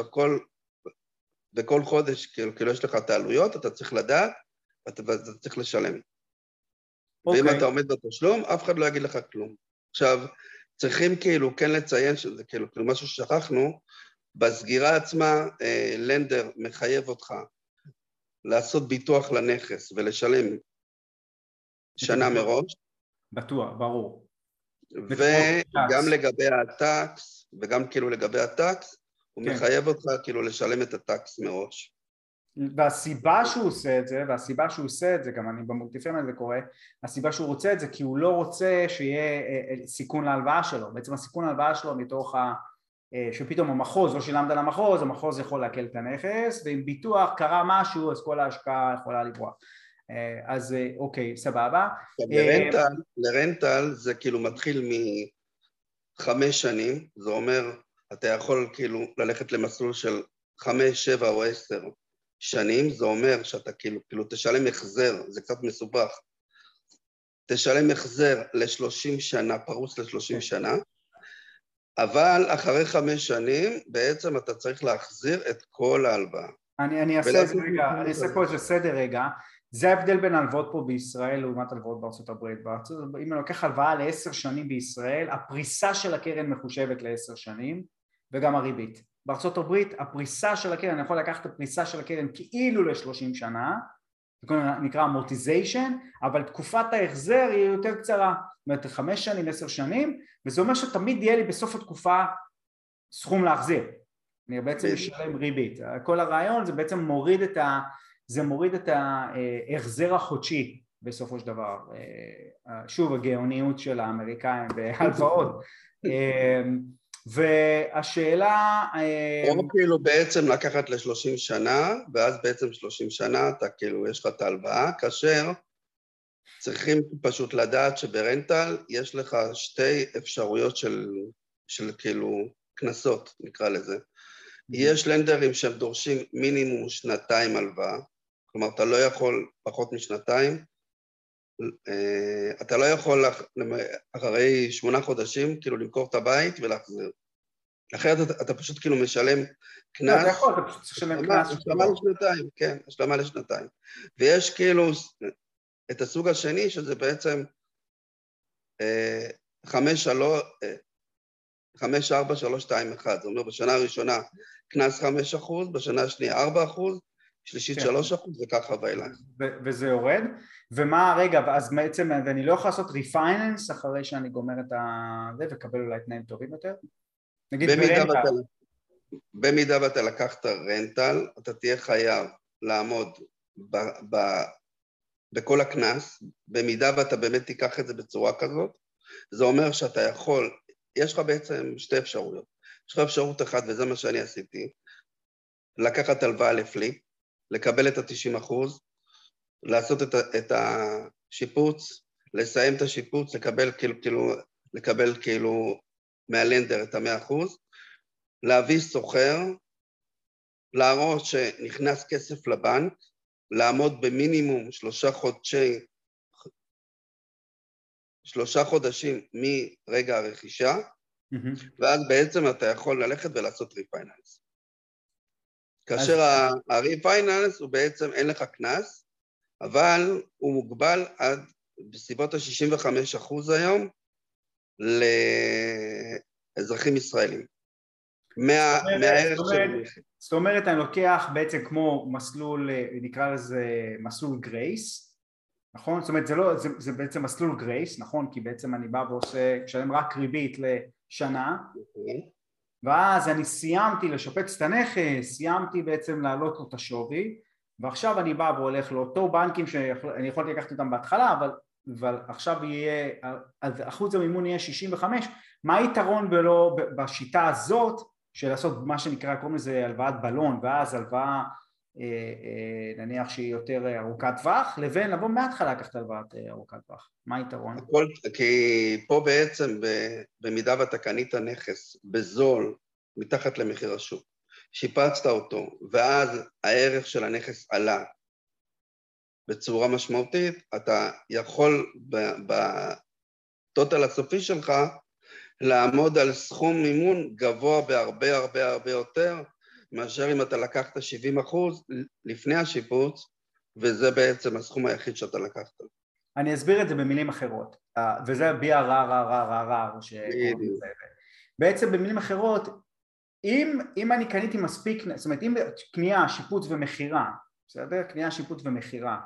S2: בכל חודש כאילו יש לך את העלויות, אתה צריך לדעת, ואתה צריך לשלם. ואם אתה עומד בתשלום, אף אחד לא יגיד לך כלום. עכשיו, צריכים כאילו כן לציין שזה כאילו משהו ששכחנו, בסגירה עצמה, לנדר מחייב אותך לעשות ביטוח לנכס ולשלם שנה מראש.
S1: בטוח, ברור.
S2: וגם לגבי הטקס, וגם כאילו לגבי הטקס, הוא מחייב אותך כאילו לשלם את הטקס מראש.
S1: והסיבה שהוא עושה את זה, גם אני במולטיפרנט זה קורה, הסיבה שהוא רוצה את זה, כי הוא לא רוצה שיהיה סיכון להלוואה שלו. בעצם הסיכון להלוואה שלו מתוך שפתאום המחוז, לא שילמת על המחוז יכול להקל את הנכס, ואם ביטוח קרה משהו, אז כל ההשקעה יכולה לברוח. אז אוקיי, סבבה.
S2: לרנטל זה כאילו מתחיל מ5 שנים, זה אומר, אתה יכול כאילו ללכת למסלול של 5, 7 או 10 שנים, זה אומר שאתה כאילו תשלם החזר, זה קצת מסובך, תשלם החזר ל-30 שנה, פרוס ל-30 שנה, אבל אחרי 5 שנים, בעצם אתה צריך להחזיר את כל ההלוואה.
S1: אני אעשה פה איזה סדר רגע, זה ההבדל בין הלוואות פה בישראל לעומת הלוואות בארצות הברית. אם אני לוקח הלוואה ל10 שנים בישראל, הפריסה של הקרן מחושבת ל10 שנים, וגם הריבית. בארצות הברית, הפריסה של הקרן, אני יכול לקחת את הפריסה של הקרן כאילו ל30 שנה, זה נקרא amortization, אבל תקופת ההחזר היא יותר קצרה, זאת אומרת 5 שנים, 10 שנים, וזה אומר שתמיד יהיה לי בסוף התקופה סכום להחזיר. אני בעצם משלם ריבית. כל הרעיון זה בעצם מוריד את ההחזר החודשי בסופו של דבר. שוב, הגאוניות של האמריקאים בהלוואות. והשאלה...
S2: או כאילו בעצם לקחת ל30 שנה, ואז בעצם 30 שנה אתה כאילו יש לך את ההלוואה, כאשר צריכים פשוט לדעת שברנטל יש לך 2 אפשרויות של כאילו כנסות, נקרא לזה. יש לנדרים שהם דורשים מינימום 2 הלוואה, כלומר אתה לא יכול פחות מ2, אתה לא יכול אחרי 8 חודשים כאילו למכור את הבית ולהחזיר. אחרת אתה פשוט כאילו משלם
S1: לא, אתה
S2: קנס,
S1: יכול, אתה פשוט תשלם קנס.
S2: השלמה לשנתיים, כן, השלמה לשנתיים. ויש כאילו את הסוג השני, שזה בעצם 5-4-3-2-1, זאת אומרת, בשנה הראשונה קנס 5%, בשנה השנייה 4%, שלישית 3%, וככה ואילך.
S1: וזה יורד, ומה, רגע, אז בעצם, ואני לא יכול לעשות ריפייננס אחרי שאני גומר את זה, וקבל אולי תנאים טובים יותר? נגיד ברנטל.
S2: במידה ואתה לקחת רנטל, אתה תהיה חייב לעמוד בכל הקנס, במידה ואתה באמת תיקח את זה בצורה כזאת, זה אומר שאתה יכול, יש לך בעצם שתי אפשרויות. יש לך אפשרות אחת, וזה מה שאני עשיתי, לקחת הלוואה לפליפ, לקבל את ה-90%, לעשות את השיפוץ, לסיים את השיפוץ, לקבל כאילו מהלנדר את ה-100%, להביא סוחר, להראות שנכנס כסף לבנק, לעמוד במינימום 3 חודשים מרגע הרכישה, ואז בעצם אתה יכול ללכת ולעשות ריפייננס. כאשר הריפייננס הוא בעצם אין לך קנס, אבל הוא מוגבל עד בסביבות ה-65% היום לאזרחים ישראלים. מהערך של...
S1: זאת אומרת, אני לוקח בעצם כמו מסלול, נקרא לזה מסלול גרייס, נכון? זאת אומרת, זה בעצם מסלול גרייס, נכון? כי בעצם אני בא ועושה, משלם רק ריבית לשנה, ואז אני סיימתי לשפץ את הנכס, סיימתי בעצם להעלות לו את השווי, ועכשיו אני בא והולך לאותו בנקים שאני יכולתי לקחת אותם בהתחלה, אבל עכשיו יהיה, אחוז המימון יהיה 65, מה היתרון בשיטה הזאת, של לעשות מה שנקרא, קוראים לזה הלוואת בלון, ואז הלוואה נניח שהיא יותר ארוכת טווח, לבין לבוא מההתחלה לקחת הלוואת ארוכת טווח. מה היתרון?
S2: כי פה בעצם, במידה ואתה קנית נכס בזול, מתחת למחיר השוק, שיפצת אותו, ואז הערך של הנכס עלה בצורה משמעותית, אתה יכול בטוטל הסופי שלך, לעמוד על סכום מימון גבוה בהרבה הרבה הרבה יותר, מאשר אם אתה לקחת 70% לפני השיפוץ, וזה בעצם הסכום היחיד שאתה לקחת.
S1: אני אסביר את זה במילים אחרות, וזה BRR, שקוראים לזה. בעצם במילים אחרות, אם אני קניתי מספיק, זאת אומרת, אם קנייה, שיפוץ ומחירה, בסדר? קנייה, שיפוץ ומחירה,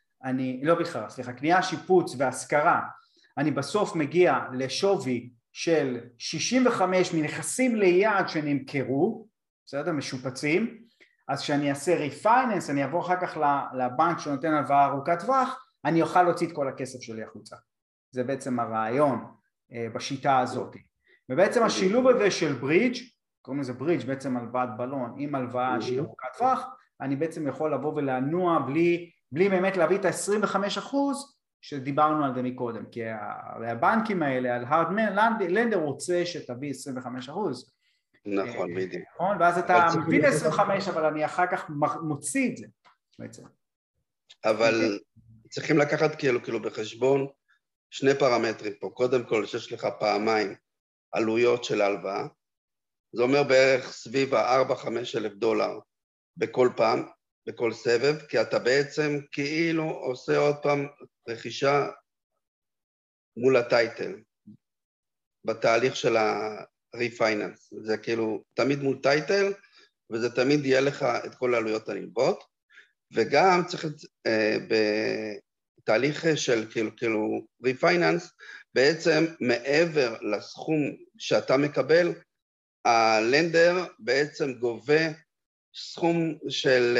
S1: קנייה, שיפוץ והשכרה, אני בסוף מגיע לשווי של 65 מנכסים ליעד שנמכרו, בסדר? משופצים, אז כשאני אעשה ריפייננס, אני אעבור אחר כך לבנק שנותן הלוואה ארוכת טווח, אני אוכל להוציא את כל הכסף שלי החוצה. זה בעצם הרעיון בשיטה הזאת. ובעצם השילוב הזה של ברידג', קוראים לזה ברידג', בעצם הלוואת בלון, עם הלוואה שהיא ארוכת טווח, אני בעצם יכול לבוא ולענוע בלי באמת להביא את ה-25% שדיברנו על זה מקודם, כי הבנקים האלה, על hard lender רוצה שתביא 25%.
S2: נכון, בדיוק.
S1: נכון, ואז אתה מבין 25, אבל אני אחר כך מוציא את זה בעצם.
S2: אבל צריכים לקחת כאילו בחשבון שני פרמטרים פה. קודם כל, שיש לך פעמיים עלויות של הלוואה, זה אומר בערך סביב ה-4-5 אלף דולר בכל פעם, בכל סבב, כי אתה בעצם כאילו עושה עוד פעם רכישה מול הטייטל, בתהליך של ה-refinance. זה כאילו תמיד מול טייטל, וזה תמיד יהיה לך את כל העלויות הנלוות, וגם צריך בתהליך של כאילו refinance, בעצם מעבר לסכום שאתה מקבל, הלנדר בעצם גובה סכום של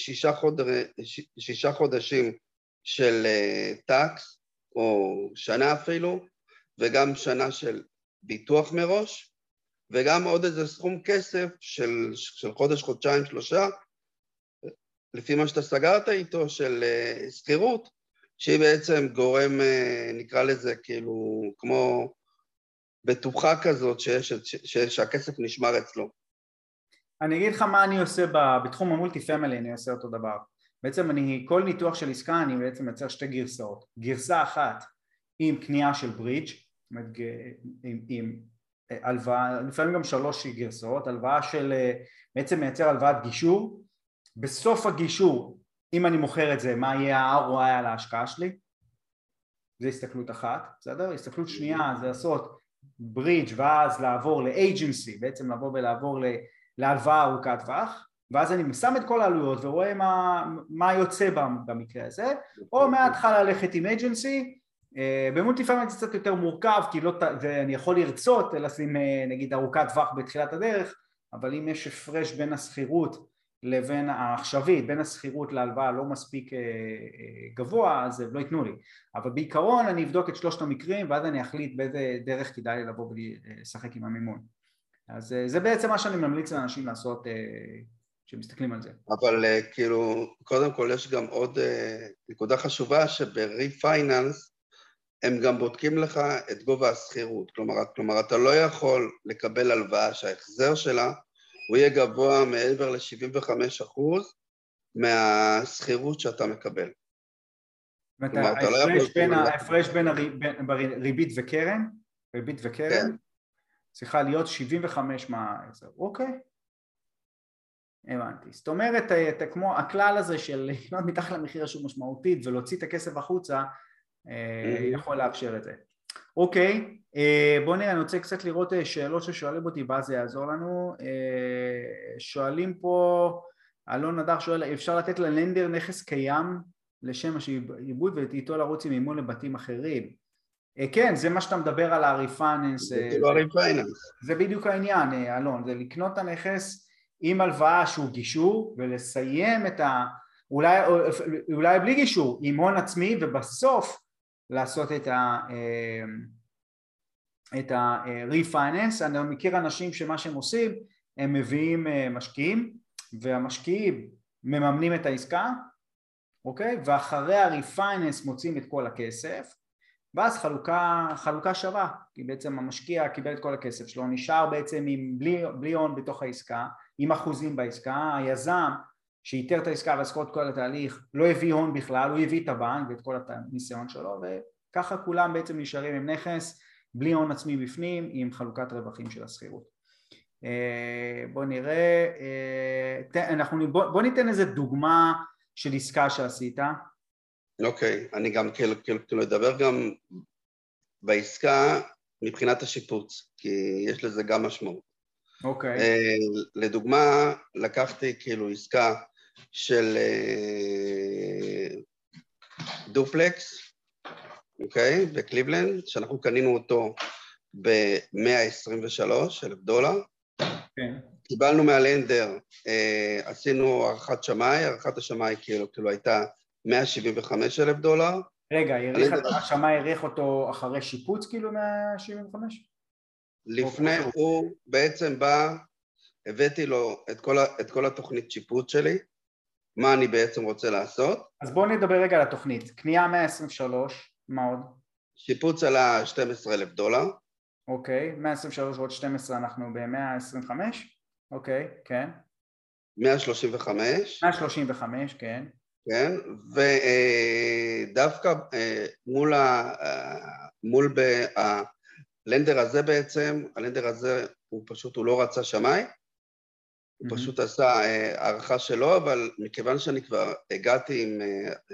S2: 6 חודשים של טקס, או שנה אפילו, וגם שנה של ביטוח מראש, וגם עוד איזה סכום כסף של חודש, חודשיים, 3, לפי מה שאתה סגרת איתו, של שכירות, שהיא בעצם גורם, נקרא לזה כאילו, כמו בטוחה כזאת, שהכסף נשמר אצלו.
S1: אני אגיד לך מה אני עושה בתחום המולטי פמילי, אני עושה אותו דבר. בעצם כל ניתוח של עסקה אני בעצם מייצר 2 גרסאות. גרסה אחת עם קנייה של ברידג', זאת אומרת עם הלוואה, לפעמים גם 3 גרסאות, הלוואה של, בעצם מייצר הלוואת גישור, בסוף הגישור, אם אני מוכר את זה, מה יהיה ה-ROI על ההשקעה שלי? זה הסתכלות אחת, בסדר? הסתכלות שנייה זה לעשות ברידג' ואז לעבור לאג'נסי, בעצם לבוא ולעבור להלוואה ארוכת טווח, ואז אני שם את כל העלויות ורואה מה יוצא במקרה הזה, או מההתחלה ללכת עם אג'נסי, במולטי פמילי זה קצת יותר מורכב, כי לא, אני יכול לרצות לשים נגיד ארוכת טווח בתחילת הדרך, אבל אם יש הפרש בין הסחירות לבין העכשווית, בין הסחירות להלוואה לא מספיק גבוה, אז לא ייתנו לי. אבל בעיקרון אני אבדוק את 3 המקרים, ואז אני אחליט באיזה דרך כדאי לי לבוא ולשחק עם המימון. אז זה בעצם מה שאני ממליץ לאנשים לעשות שמסתכלים על זה.
S2: אבל כאילו, קודם כל יש גם עוד נקודה חשובה, שבריפייננס הם גם בודקים לך את גובה הסחירות. כלומר, אתה לא יכול לקבל הלוואה שההחזר שלה, הוא יהיה גבוה מעבר ל-75% מהסחירות שאתה מקבל.
S1: כלומר, אתה לא יכול... ההפרש בין ריבית וקרן, צריכה להיות 75 מההחזר. אוקיי. הבנתי. זאת אומרת, כמו הכלל הזה של לקנות מתחת למחיר השוק משמעותית ולהוציא את הכסף החוצה, יכול לאפשר את זה. אוקיי, בוא נראה, אני רוצה קצת לראות שאלות ששואלים אותי, ואז זה יעזור לנו. שואלים פה, אלון נדר שואל, אפשר לתת ללנדר נכס קיים לשם השיבוד ואיתו לרוץ עם מימון לבתים אחרים? כן, זה מה שאתה מדבר על הריפייננס. זה בדיוק העניין, אלון, זה לקנות את הנכס עם הלוואה שהוא גישור ולסיים את אולי בלי גישור, עם הון עצמי, ובסוף לעשות את ה-refinance. אני מכיר אנשים שמה שהם עושים, הם מביאים משקיעים, והמשקיעים מממנים את העסקה, אוקיי? ואחרי ה-refinance מוצאים את כל הכסף, ואז חלוקה שווה, כי בעצם המשקיע קיבל את כל הכסף שלו, נשאר בעצם בלי הון בתוך העסקה, עם אחוזים בעסקה. היזם שאיתר את העסקה ועסקו את כל התהליך לא הביא הון בכלל, הוא הביא את הבנק ואת כל הניסיון שלו, וככה כולם בעצם נשארים עם נכס בלי הון עצמי בפנים, עם חלוקת רווחים של הסחירות. בוא נראה, בוא ניתן איזה דוגמה של עסקה שעשית.
S2: אוקיי, אני גם כאילו אדבר גם בעסקה מבחינת השיפוץ, כי יש לזה גם משמעות.
S1: אוקיי.
S2: לדוגמה, לקחתי כאילו עסקה של דופלקס, אוקיי, בקליבלנד, שאנחנו קנינו אותו $123,000.
S1: כן.
S2: קיבלנו מהלנדר, עשינו הערכת שמאי, הערכת השמאי כאילו הייתה $175,000.
S1: רגע, השמאי העריך אותו אחרי שיפוץ כאילו 175?
S2: לפני, הוא בעצם בא, הבאתי לו את כל התוכנית שיפוץ שלי, מה אני בעצם רוצה לעשות.
S1: אז בואו נדבר רגע על התוכנית. קנייה 123, מה עוד?
S2: שיפוץ עלה $12,000.
S1: אוקיי, 123 ועוד 12 אנחנו ב-125? אוקיי, כן.
S2: 135.
S1: 135, כן.
S2: כן, ודווקא מול הלנדר הזה בעצם, הלנדר הזה הוא פשוט, הוא לא רצה שמאי, הוא פשוט עשה הערכה שלו, אבל מכיוון שאני כבר הגעתי עם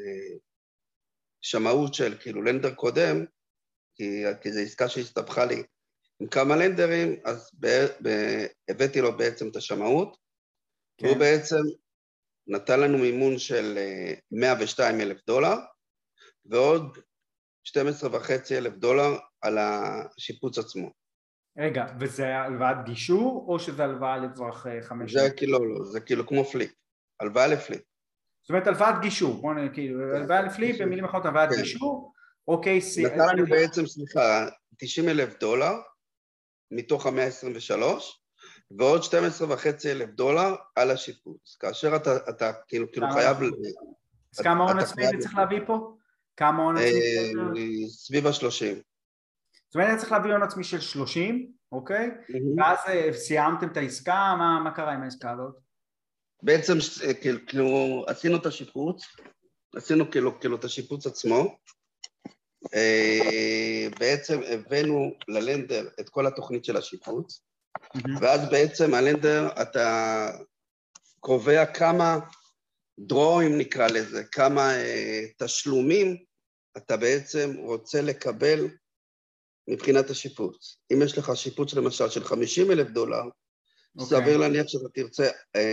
S2: שמאות של כאילו לנדר קודם, כי זו עסקה שהסתבכה לי עם כמה לנדרים, אז הבאתי לו בעצם את השמאות, כן. והוא בעצם נתן לנו מימון של $102,000, ועוד $12,500 על השיפוץ עצמו.
S1: רגע, וזה הלוואת גישור, או שזה הלוואה לטווח 5
S2: שנים? זה כאילו כמו פליפ, הלוואה לפליפ.
S1: זאת אומרת, הלוואת גישור, בואו נראה, כאילו, הלוואה לפליפ, במילים אחרות, הלוואת גישור, אוקיי,
S2: נתן לנו בעצם, סליחה, $90,000 מתוך ה-123, ועוד $12,500 על השיפוץ. כאשר אתה כאילו חייב...
S1: אז כמה הון עצמי אני צריך להביא פה? כמה הון עצמי?
S2: סביב ה-30.
S1: זאת אומרת, אני צריך להביא הון עצמי של 30, אוקיי? ואז סיימתם את העסקה, מה קרה עם העסקה הזאת?
S2: בעצם כאילו עשינו את השיפוץ, עשינו כאילו את השיפוץ עצמו, בעצם הבאנו ללנדר את כל התוכנית של השיפוץ, ואז בעצם הלנדר אתה קובע כמה דרואים נקרא לזה, כמה תשלומים אתה בעצם רוצה לקבל מבחינת השיפוץ. אם יש לך שיפוץ למשל של $50,000, סביר להניח שאתה תרצה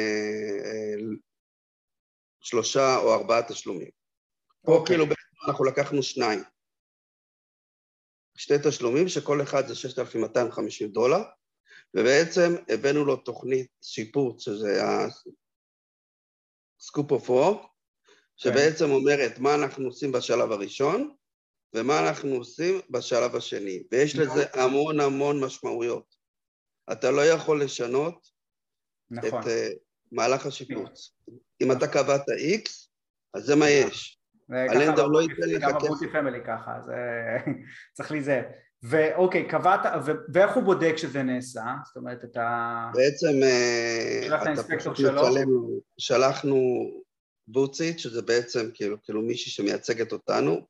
S2: 3 או 4 תשלומים. פה כאילו בעצם אנחנו לקחנו 2. 2 תשלומים שכל אחד זה $6,250, ובעצם הבאנו לו תוכנית שיפוץ, שזה ה-Scoop of Work, שבעצם אומרת מה אנחנו עושים בשלב הראשון, ומה אנחנו עושים בשלב השני, ויש לזה המון המון משמעויות. אתה לא יכול לשנות את מהלך השיפוץ. אם אתה קבעת X, אז זה מה יש. הלנדר לא ייתן לך
S1: גם המולטי פמילי ככה, אז צריך להיזהר. ואוקיי, קבעת, ואיך הוא בודק שזה נעשה? זאת אומרת, אתה...
S2: בעצם,
S1: אתה פשוט מצלם,
S2: שלחנו בוטסית, שזה בעצם כאילו מישהי שמייצגת אותנו,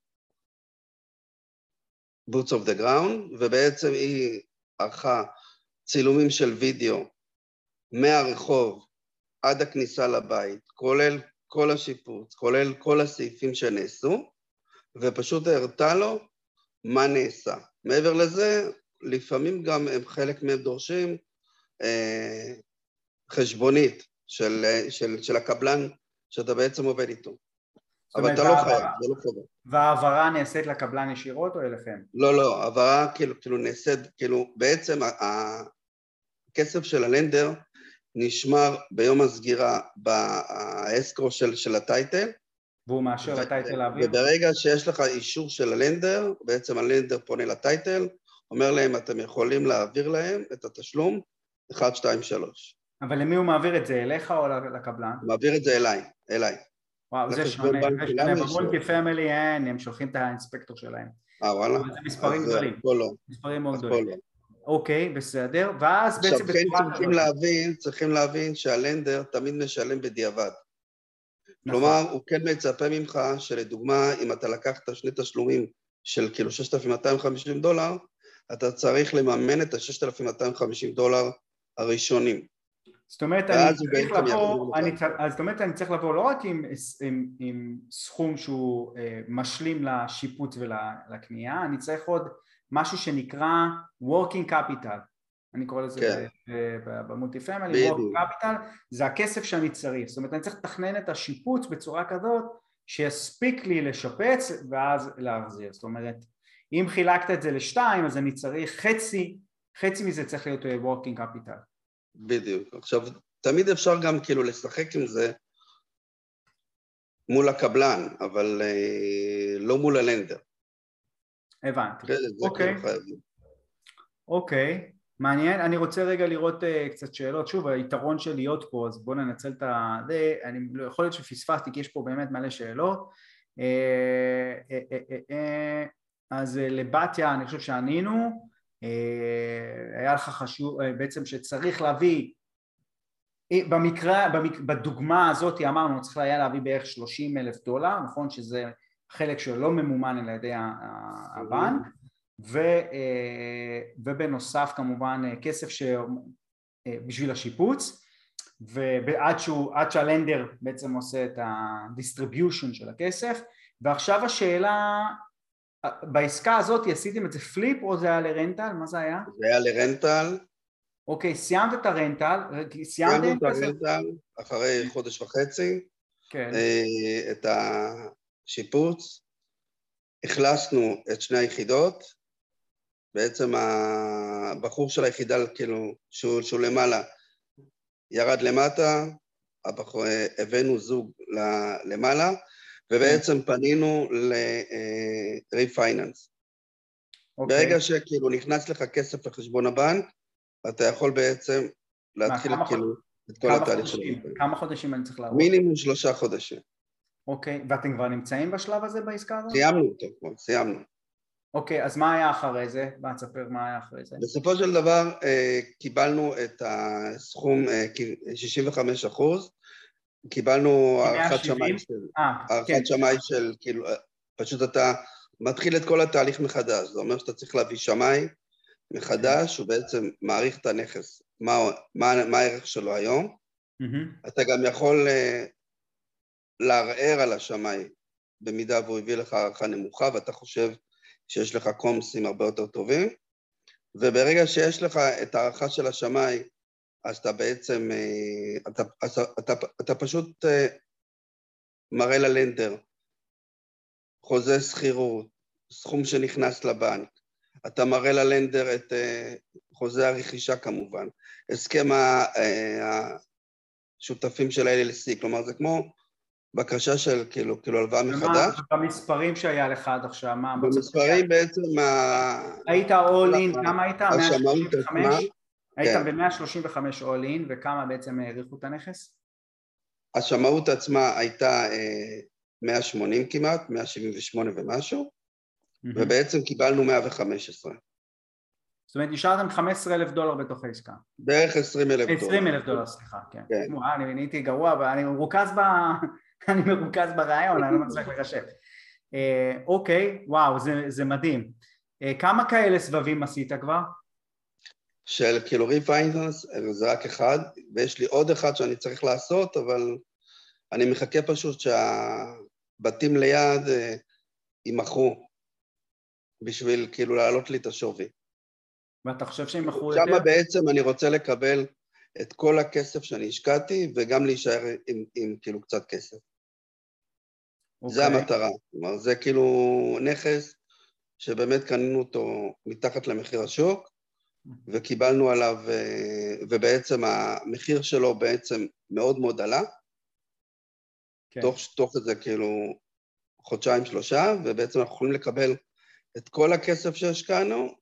S2: boots of the ground, ובעצם היא ערכה צילומים של וידאו מהרחוב עד הכניסה לבית, כולל כל השיפוץ, כולל כל הסעיפים שנעשו, ופשוט הראתה לו מה נעשה. מעבר לזה, לפעמים גם הם חלק מהם דורשים חשבונית של הקבלן שאתה בעצם עובד איתו. אבל אתה לא חייב, זה לא חובה.
S1: והעברה נעשית לקבלן ישירות או אליכם?
S2: לא, העברה כאילו נעשית, כאילו בעצם הכסף של הלנדר נשמר ביום הסגירה באסקרו של הטייטל.
S1: והוא מאשר לטייטל להעביר?
S2: וברגע שיש לך אישור של הלנדר, בעצם הלנדר פונה לטייטל, אומר להם אתם יכולים להעביר להם את התשלום 1, 2, 3.
S1: אבל למי הוא מעביר את זה, אליך או לקבלן?
S2: הוא מעביר את זה אליי.
S1: וואו, זה שונה, במולטי פמילי הם שולחים את האינספקטור שלהם.
S2: וואלה.
S1: זה מספרים גדולים. מספרים מאוד גדולים. אוקיי, בסדר, ואז בעצם...
S2: עכשיו, צריכים להבין שהלנדר תמיד משלם בדיעבד. כלומר, הוא כן מצפה ממך שלדוגמה, אם אתה לקחת 2 תשלומים של כאילו $6,250, אתה צריך לממן את ה$6,250 הראשונים.
S1: זאת אומרת, אני צריך לבוא לא רק עם סכום שהוא משלים לשיפוץ ולקנייה, אני צריך עוד משהו שנקרא working capital, אני קורא לזה במולטי פמילי, working capital, זה הכסף שאני צריך, זאת אומרת אני צריך לתכנן את השיפוץ בצורה כזאת שיספיק לי לשפץ ואז להחזיר, זאת אומרת אם חילקת את זה ל2 אז אני צריך חצי מזה צריך להיות working capital.
S2: בדיוק, עכשיו תמיד אפשר גם כאילו לשחק עם זה מול הקבלן, אבל לא מול הלנדר.
S1: הבנתי, אוקיי, מעניין, אני רוצה רגע לראות קצת שאלות, שוב היתרון של להיות פה, אז בואו ננצל את זה, אני לא יכול להיות שפספסתי כי יש פה באמת מלא שאלות, אז לבתיה אני חושב שענינו, היה לך חשוב בעצם שצריך להביא, בדוגמה הזאת אמרנו צריך היה להביא בערך $30,000, נכון שזה חלק שלא ממומן על ידי הבנק, ובנוסף כמובן כסף בשביל השיפוץ, ועד שהלנדר בעצם עושה את הדיסטריביושן של הכסף, ועכשיו השאלה, בעסקה הזאת עשיתם את זה פליפ או זה היה לרנטל? מה זה היה?
S2: זה היה לרנטל.
S1: אוקיי, סיימת את הרנטל,
S2: סיימנו את הרנטל אחרי 1.5 חודש,
S1: כן.
S2: את השיפוץ, הכלסנו את 2 היחידות, בעצם הבחור של היחידה, כאילו, שהוא למעלה, ירד למטה, הבאנו זוג למעלה, ובעצם פנינו ל-refinance. ברגע שכאילו נכנס לך כסף לחשבון הבנק, אתה יכול בעצם להתחיל כאילו את כל התהליך של הבנק.
S1: כמה חודשים אני צריך לעבור?
S2: מינימום 3 חודשים.
S1: אוקיי, ואתם כבר נמצאים בשלב הזה בעסקה הזאת?
S2: סיימנו אותו כבר, סיימנו.
S1: אוקיי, אז מה היה אחרי זה? בוא תספר מה היה אחרי זה.
S2: בסופו של דבר קיבלנו את הסכום 65%, קיבלנו הערכת שמאי של, כאילו, פשוט אתה מתחיל את כל התהליך מחדש, זה אומר שאתה צריך להביא שמאי מחדש, הוא בעצם מעריך את הנכס, מה הערך שלו היום, אתה גם יכול לערער על השמאי, במידה והוא הביא לך הערכה נמוכה, ואתה חושב שיש לך קומסים הרבה יותר טובים, וברגע שיש לך את הערכה של השמאי, אז אתה בעצם, אתה פשוט מראה ללנדר, חוזה שכירות, סכום שנכנס לבנק, אתה מראה ללנדר את חוזה הרכישה כמובן, הסכם השותפים של ה-LLC, כלומר זה כמו בקשה של כאילו הלוואה מחדש.
S1: במספרים שהיה לך עד עכשיו, מה?
S2: במספרים בעצם
S1: היית all in, כמה היית?
S2: השמאות
S1: 135?
S2: עצמה.
S1: היית
S2: כן.
S1: ב-135 all in, וכמה בעצם העריכו את הנכס?
S2: השמאות עצמה הייתה 180 כמעט, 178 ומשהו, ובעצם קיבלנו 115.
S1: זאת אומרת, נשארתם $15,000 בתוך העסקה.
S2: בערך $20,000.
S1: $20,000, סליחה, כן. אני נהייתי גרוע, אבל אני מרוכז ברעיון, אני לא מצליח לחשב. אוקיי, וואו, זה מדהים. כמה כאלה סבבים עשית כבר?
S2: של כאילו ריפייננס, זה רק אחד, ויש לי עוד אחד שאני צריך לעשות, אבל אני מחכה פשוט שהבתים ליד יימכרו, בשביל כאילו להעלות לי את השווי.
S1: ואתה חושב שהם מכרו יותר?
S2: שמה בעצם אני רוצה לקבל את כל הכסף שאני השקעתי, וגם להישאר עם כאילו קצת כסף. זה המטרה, כלומר, זה כאילו נכס שבאמת קנינו אותו מתחת למחיר השוק, וקיבלנו עליו, ובעצם המחיר שלו בעצם מאוד מאוד עלה, תוך איזה כאילו חודשיים שלושה, ובעצם אנחנו יכולים לקבל את כל הכסף שהשקענו,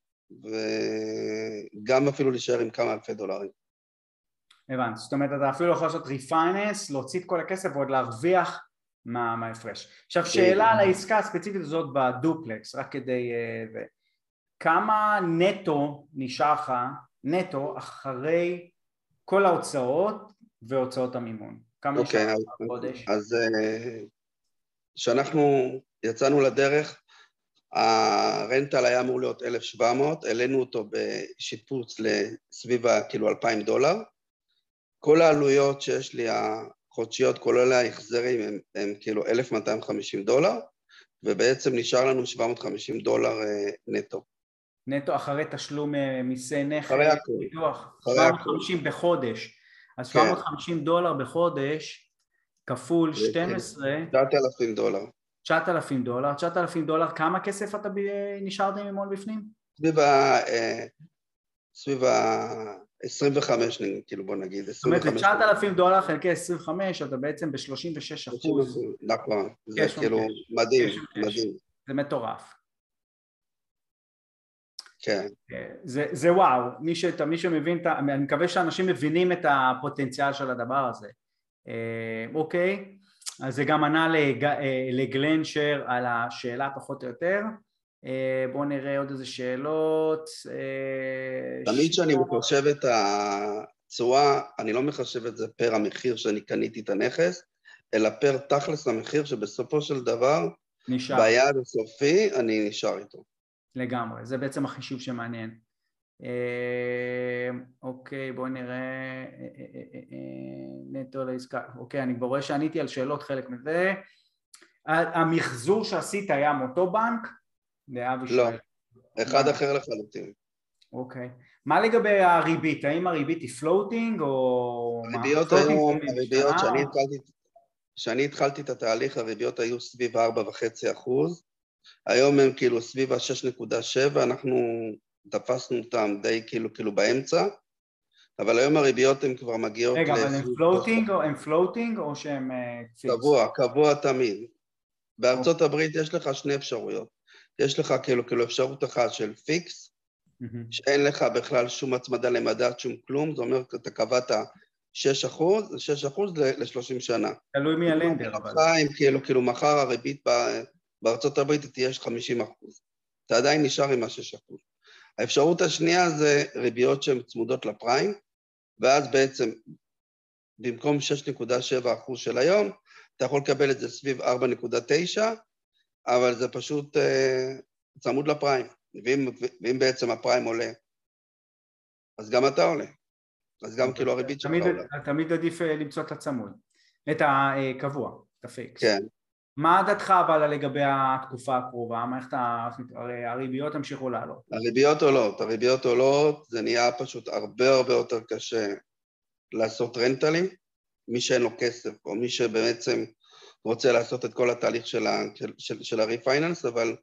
S2: וגם אפילו להישאר עם כמה אלפי דולרים.
S1: הבנת, זאת אומרת, אתה אפילו יכול לעשות ריפייננס, להוציא את כל הכסף ועוד להרוויח מההפרש. עכשיו, שאלה על העסקה הספציפית הזאת בדופלקס, רק כדי... כמה נטו נשאר לך, נטו, אחרי כל ההוצאות והוצאות המימון? כמה נשאר לך בחודש?
S2: אז כשאנחנו יצאנו לדרך, הרנטל היה אמור להיות 1,700, העלינו אותו בשיפוץ לסביב כאילו $2,000. כל העלויות שיש לי החודשיות, כולל ההחזרים, הם כאילו $1,250, ובעצם נשאר לנו $750 נטו.
S1: נטו אחרי תשלום מיסי נכס,
S2: אחרי הכל.
S1: ביטוח, 750 בחודש. אז $750 בחודש, כפול 12,
S2: $9,000.
S1: $9,000, כמה כסף אתה נשארת עם ממון בפנים?
S2: סביב ה-25, כאילו בוא נגיד, 25.
S1: זאת אומרת, $9,000 חלקי 25, אתה בעצם ב-36%.
S2: נכון, זה כאילו מדהים, מדהים.
S1: זה מטורף.
S2: כן.
S1: זה וואו, מי שמבין, אני מקווה שאנשים מבינים את הפוטנציאל של הדבר הזה. אוקיי, אז זה גם ענה לגלן שר על השאלה פחות או יותר. בואו נראה עוד איזה שאלות.
S2: תמיד שאני מחשב את הצורה, אני לא מחשב את זה פר המחיר שאני קניתי את הנכס, אלא פר תכלס המחיר שבסופו של דבר, ביעד הסופי, אני נשאר איתו.
S1: לגמרי, זה בעצם החישוב שמעניין. אוקיי, בואו נראה, נטו לעסקה, אוקיי, אני רואה שעניתי על שאלות חלק מזה. המחזור שעשית היה מאותו בנק?
S2: לא, אחד אחר לחלוטין.
S1: אוקיי, מה לגבי הריבית? האם הריבית היא פלוטינג או...
S2: הריביות היום, הריביות שאני התחלתי את התהליך, הריביות היו סביב 4.5%, היום הם כאילו סביב ה-6.7, אנחנו תפסנו אותם די כאילו באמצע, אבל היום הריביות הן כבר מגיעות...
S1: רגע, אבל הם פלוטינג או שהם...
S2: קבוע תמיד. בארצות הברית יש לך שני אפשרויות. יש לך כאילו אפשרות אחת של פיקס, שאין לך בכלל שום הצמדה למדד, שום כלום, זאת אומרת, אתה קבעת 6%, 6% ל-30 שנה.
S1: תלוי מי הלנדר,
S2: אבל... כאילו מחר הריבית בארצות הברית תהיה 50%. אתה עדיין נשאר עם ה-6%. האפשרות השנייה זה ריביות שהן צמודות לפריים, ואז בעצם במקום 6.7% של היום, אתה יכול לקבל את זה סביב 4.9, אבל זה פשוט צמוד לפריים, ואם בעצם הפריים עולה, אז גם אתה עולה, אז גם כאילו הריבית שלך עולה.
S1: תמיד עדיף למצוא את הצמוד, את הקבוע, את הפיקס.
S2: כן.
S1: מה דעתך אבל לגבי התקופה הקרובה? הרי הריביות המשיכו לעלות.
S2: הריביות עולות, זה נהיה פשוט הרבה יותר קשה לעשות רנטלים, מי שאין לו כסף, או מי שבעצם רוצה לעשות את כל התהליך של הריפייננס, אבל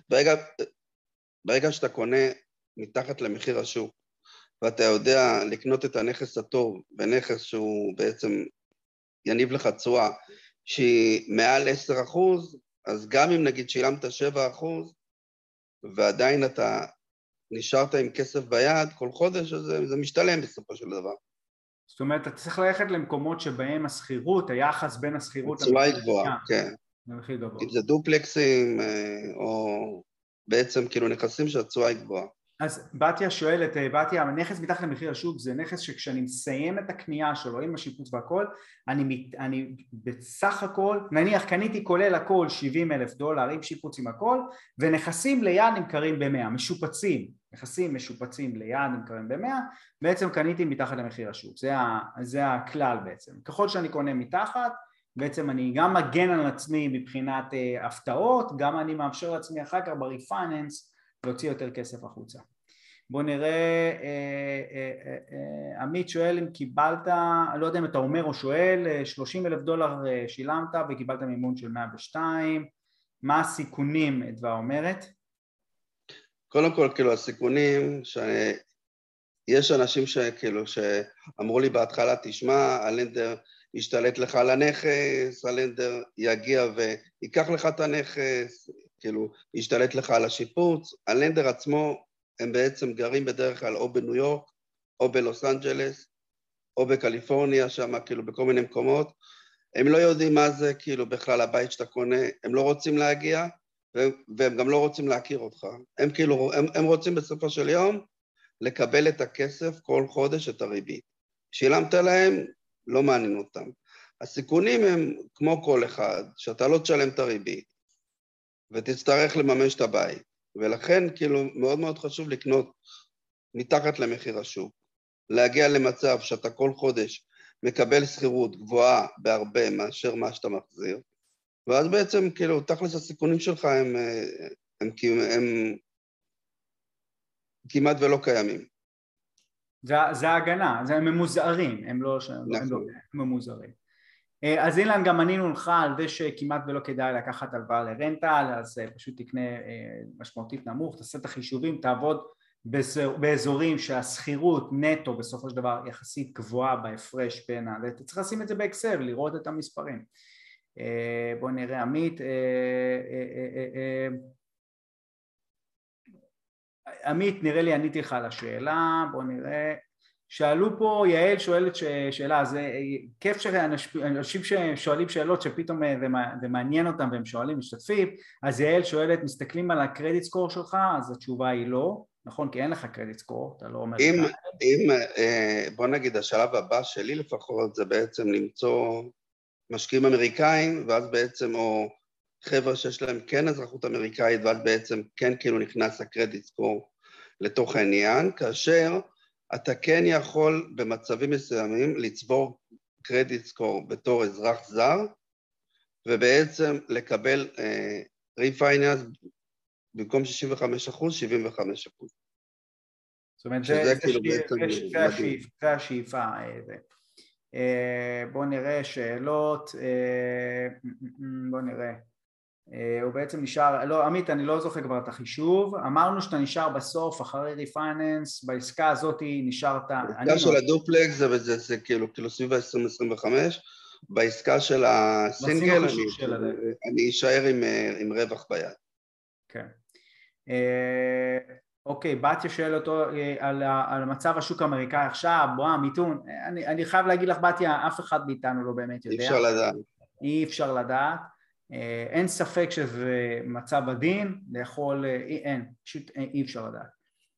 S2: ברגע שאתה קונה מתחת למחיר השוק, ואתה יודע לקנות את הנכס הטוב, בנכס שהוא בעצם יניב לך תשואה, שהיא מעל 10%, אז גם אם נגיד שילמת 7%, ועדיין אתה נשארת עם כסף ביד כל חודש, אז זה משתלם בסופו של דבר.
S1: זאת אומרת, אתה צריך ללכת למקומות שבהם השכירות, היחס בין השכירות...
S2: התשואה היא גבוהה, כן.
S1: למחיר גבוה.
S2: אם זה דופלקסים, או בעצם כאילו נכסים שהתשואה היא גבוהה.
S1: אז בתיה שואלת, בתיה, נכס מתחת למחיר השוק זה נכס שכשאני מסיים את הקנייה שלו עם השיפוץ והכל, אני בסך הכל, נניח קניתי כולל הכל $70,000 עם שיפוץ עם הכל, ונכסים ליד נמכרים ב-100, נכסים משופצים ליד נמכרים ב-100, בעצם קניתי מתחת למחיר השוק, זה הכלל בעצם. ככל שאני קונה מתחת, בעצם אני גם מגן על עצמי מבחינת הפתעות, גם אני מאפשר לעצמי אחר כך בריפייננס, להוציא יותר כסף החוצה. בוא נראה, עמית שואל אם קיבלת, לא יודע אם אתה אומר או שואל, $30,000 שילמת וקיבלת מימון של 102, מה הסיכונים, אדווה אומרת?
S2: קודם כל, כאילו, הסיכונים, יש אנשים שכאילו, שאמרו לי בהתחלה, תשמע, הלנדר ישתלט לך על הנכס, הלנדר יגיע ויקח לך את הנכס, כאילו, ישתלט לך על השיפוץ. הלנדר עצמו, הם בעצם גרים בדרך כלל או בניו יורק, או בלוס אנג'לס, או בקליפורניה, שם כאילו בכל מיני מקומות. הם לא יודעים מה זה כאילו בכלל הבית שאתה קונה, הם לא רוצים להגיע, והם גם לא רוצים להכיר אותך. הם כאילו, הם רוצים בסופו של יום לקבל את הכסף כל חודש את הריבית. שילמת להם, לא מעניין אותם. הסיכונים הם כמו כל אחד, שאתה לא תשלם את הריבית, ותצטרך לממש את הבית. ולכן כאילו מאוד מאוד חשוב לקנות מתחת למחיר השוק, להגיע למצב שאתה כל חודש מקבל שכירות גבוהה בהרבה מאשר מה שאתה מחזיר, ואז בעצם כאילו תכלס הסיכונים שלך הם כמעט ולא קיימים.
S1: זה ההגנה, זה ממוזערים, הם לא ממוזערים. אז אילן, גם ענינו לך על זה שכמעט ולא כדאי לקחת הלוואה לרנטל, אז פשוט תקנה משמעותית נמוך, תעשה את החישובים, תעבוד באזורים שהשכירות נטו בסופו של דבר יחסית גבוהה בהפרש בין, אתה צריך לשים את זה באקסל, לראות את המספרים. בוא נראה, עמית, עמית, נראה לי עניתי לך על השאלה, בוא נראה. שאלו פה, יעל שואלת שאלה, זה כיף שאנשים ששואלים שאלות שפתאום זה מעניין אותם והם שואלים, משתתפים, אז יעל שואלת, מסתכלים על הקרדיט סקור שלך? אז התשובה היא לא, נכון? כי אין לך קרדיט סקור, אתה לא אומר...
S2: בוא נגיד, השלב הבא שלי לפחות זה בעצם למצוא משקיעים אמריקאים, ואז בעצם, או חבר'ה שיש להם כן אזרחות אמריקאית, ואז בעצם כן כאילו נכנס הקרדיט סקור לתוך העניין, כאשר אתה כן יכול במצבים מסוימים לצבור קרדיט סקור בתור אזרח זר, ובעצם לקבל ריפייננס במקום 65%, 75%.
S1: זאת אומרת, זה השאיפה. בואו נראה שאלות, בואו נראה. הוא בעצם נשאר, לא, עמית, אני לא זוכר כבר את החישוב, אמרנו שאתה נשאר בסוף אחרי ריפייננס, בעסקה הזאת נשארת...
S2: בעסקה של הדופלקס זה כאילו סביב ה-20-25, בעסקה של הסינגל אני אשאר עם רווח ביד.
S1: כן. אוקיי, בתיה שואל אותו על מצב השוק האמריקאי עכשיו, בוא, מיתון, אני חייב להגיד לך, בתיה, אף אחד מאיתנו לא באמת יודע.
S2: אי אפשר לדעת.
S1: אי אפשר לדעת. אין ספק שזה מצב הדין, לאכול, אין, פשוט אי אפשר לדעת.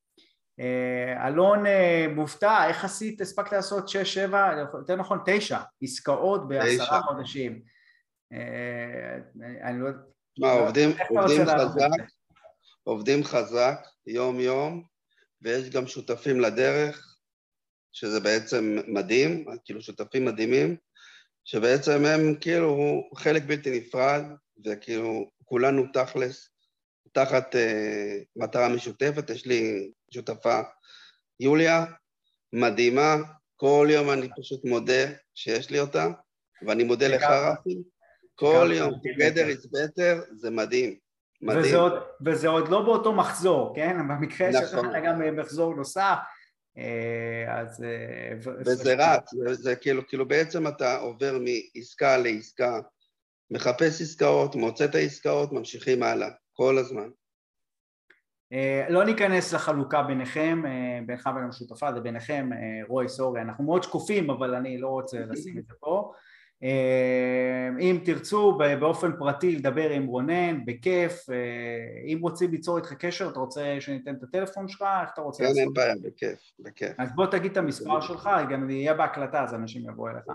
S1: אלון מופתע, איך עשית, הספקת לעשות 6, 7, יותר נכון 9 עסקאות ב10 חודשים. אני לא...
S2: מה,
S1: איך אתה רוצה לעשות את זה?
S2: עובדים חזק, יום-יום, ויש גם שותפים לדרך, שזה בעצם מדהים, כאילו שותפים מדהימים, שבעצם הם כאילו חלק בלתי נפרד, וכאילו כולנו תכלס, תחת מטרה משותפת. יש לי שותפה יוליה, מדהימה, כל יום אני פשוט מודה שיש לי אותה, ואני מודה לך רפי, כל יום, together is better, זה מדהים, מדהים.
S1: וזה עוד לא באותו מחזור, כן? במקרה שלך גם מחזור נוסף, אז...
S2: וזה רץ, זה כאילו בעצם אתה עובר מעסקה לעסקה, מחפש עסקאות, מוצא את העסקאות, ממשיכים הלאה, כל הזמן.
S1: לא ניכנס לחלוקה ביניכם, בינך וגם שותפה, זה ביניכם, רוי, סורי, אנחנו מאוד שקופים, אבל אני לא רוצה לשים את זה פה. אם תרצו באופן פרטי לדבר עם רונן, בכיף, אם רוצים ליצור איתך קשר, אתה רוצה שניתן את הטלפון שלך, איך אתה רוצה
S2: לעשות?
S1: כן,
S2: אין בעיה, בכיף, בכיף.
S1: אז בוא תגיד את המספר שלך, גם יהיה בהקלטה, אז אנשים יבואו אליך.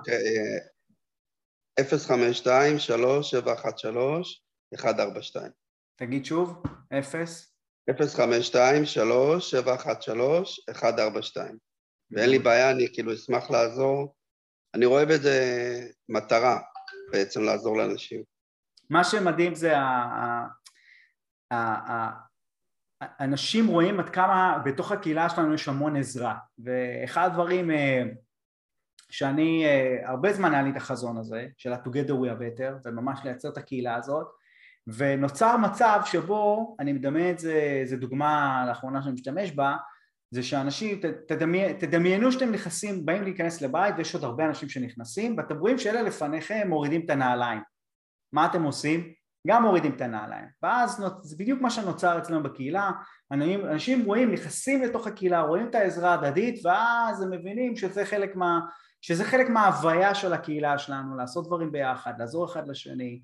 S2: 052-3713-142.
S1: תגיד שוב, 0?
S2: 052-3713-142. ואין לי בעיה, אני כאילו אשמח לעזור. אני רואה בזה מטרה בעצם לעזור לאנשים.
S1: מה שמדהים זה אנשים רואים עד כמה בתוך הקהילה שלנו יש המון עזרה, ואחד הדברים שאני הרבה זמן היה לי את החזון הזה של ה-Together We are better, וממש לייצר את הקהילה הזאת, ונוצר מצב שבו, אני מדמה את זה, זו דוגמה לאחרונה שאני משתמש בה, זה שאנשים, תדמיינו שאתם נכנסים, באים להיכנס לבית ויש עוד הרבה אנשים שנכנסים, ואתם רואים שאלה לפניכם מורידים את הנעליים. מה אתם עושים? גם מורידים את הנעליים. ואז זה בדיוק מה שנוצר אצלנו בקהילה, אנשים רואים, נכנסים לתוך הקהילה, רואים את העזרה ההדדית, ואז הם מבינים שזה חלק מההוויה של הקהילה שלנו, לעשות דברים ביחד, לעזור אחד לשני,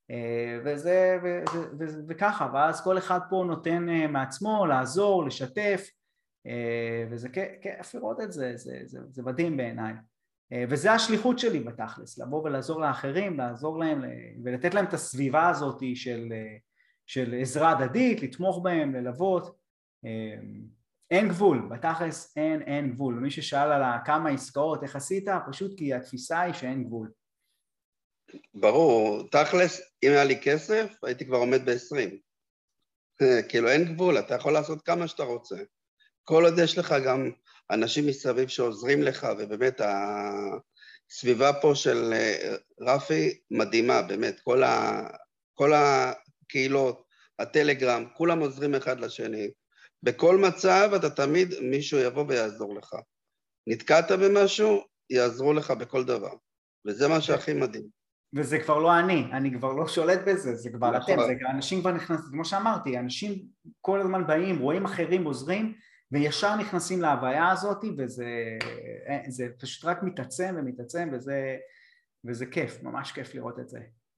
S1: וככה, ואז כל אחד פה נותן מעצמו לעזור, לשתף, וזה כיף לראות את זה, זה מדהים בעיניי, וזה השליחות שלי בתכלס, לבוא ולעזור לאחרים, לעזור להם ולתת להם את הסביבה הזאת של עזרה הדדית, לתמוך בהם, ללוות. אין גבול, בתכלס אין גבול, ומי ששאל על כמה עסקאות, איך עשית, פשוט כי התפיסה היא שאין גבול.
S2: ברור, תכלס, אם היה לי כסף, הייתי כבר עומד ב-20. כאילו אין גבול, אתה יכול לעשות כמה שאתה רוצה. כל עוד יש לך גם אנשים מסביב שעוזרים לך, ובאמת הסביבה פה של רפי מדהימה, באמת, כל הקהילות, הטלגרם, כולם עוזרים אחד לשני. בכל מצב אתה תמיד מישהו יבוא ויעזור לך. נתקעת במשהו, יעזרו לך בכל דבר. וזה מה שהכי מדהים.
S1: וזה כבר לא אני כבר לא שולט בזה, זה כבר אתם, אנשים כבר נכנסים, כמו שאמרתי, אנשים כל הזמן באים, רואים אחרים, עוזרים, וישר נכנסים להוויה הזאת, וזה פשוט רק מתעצם ומתעצם, וזה כיף, ממש כיף לראות את זה.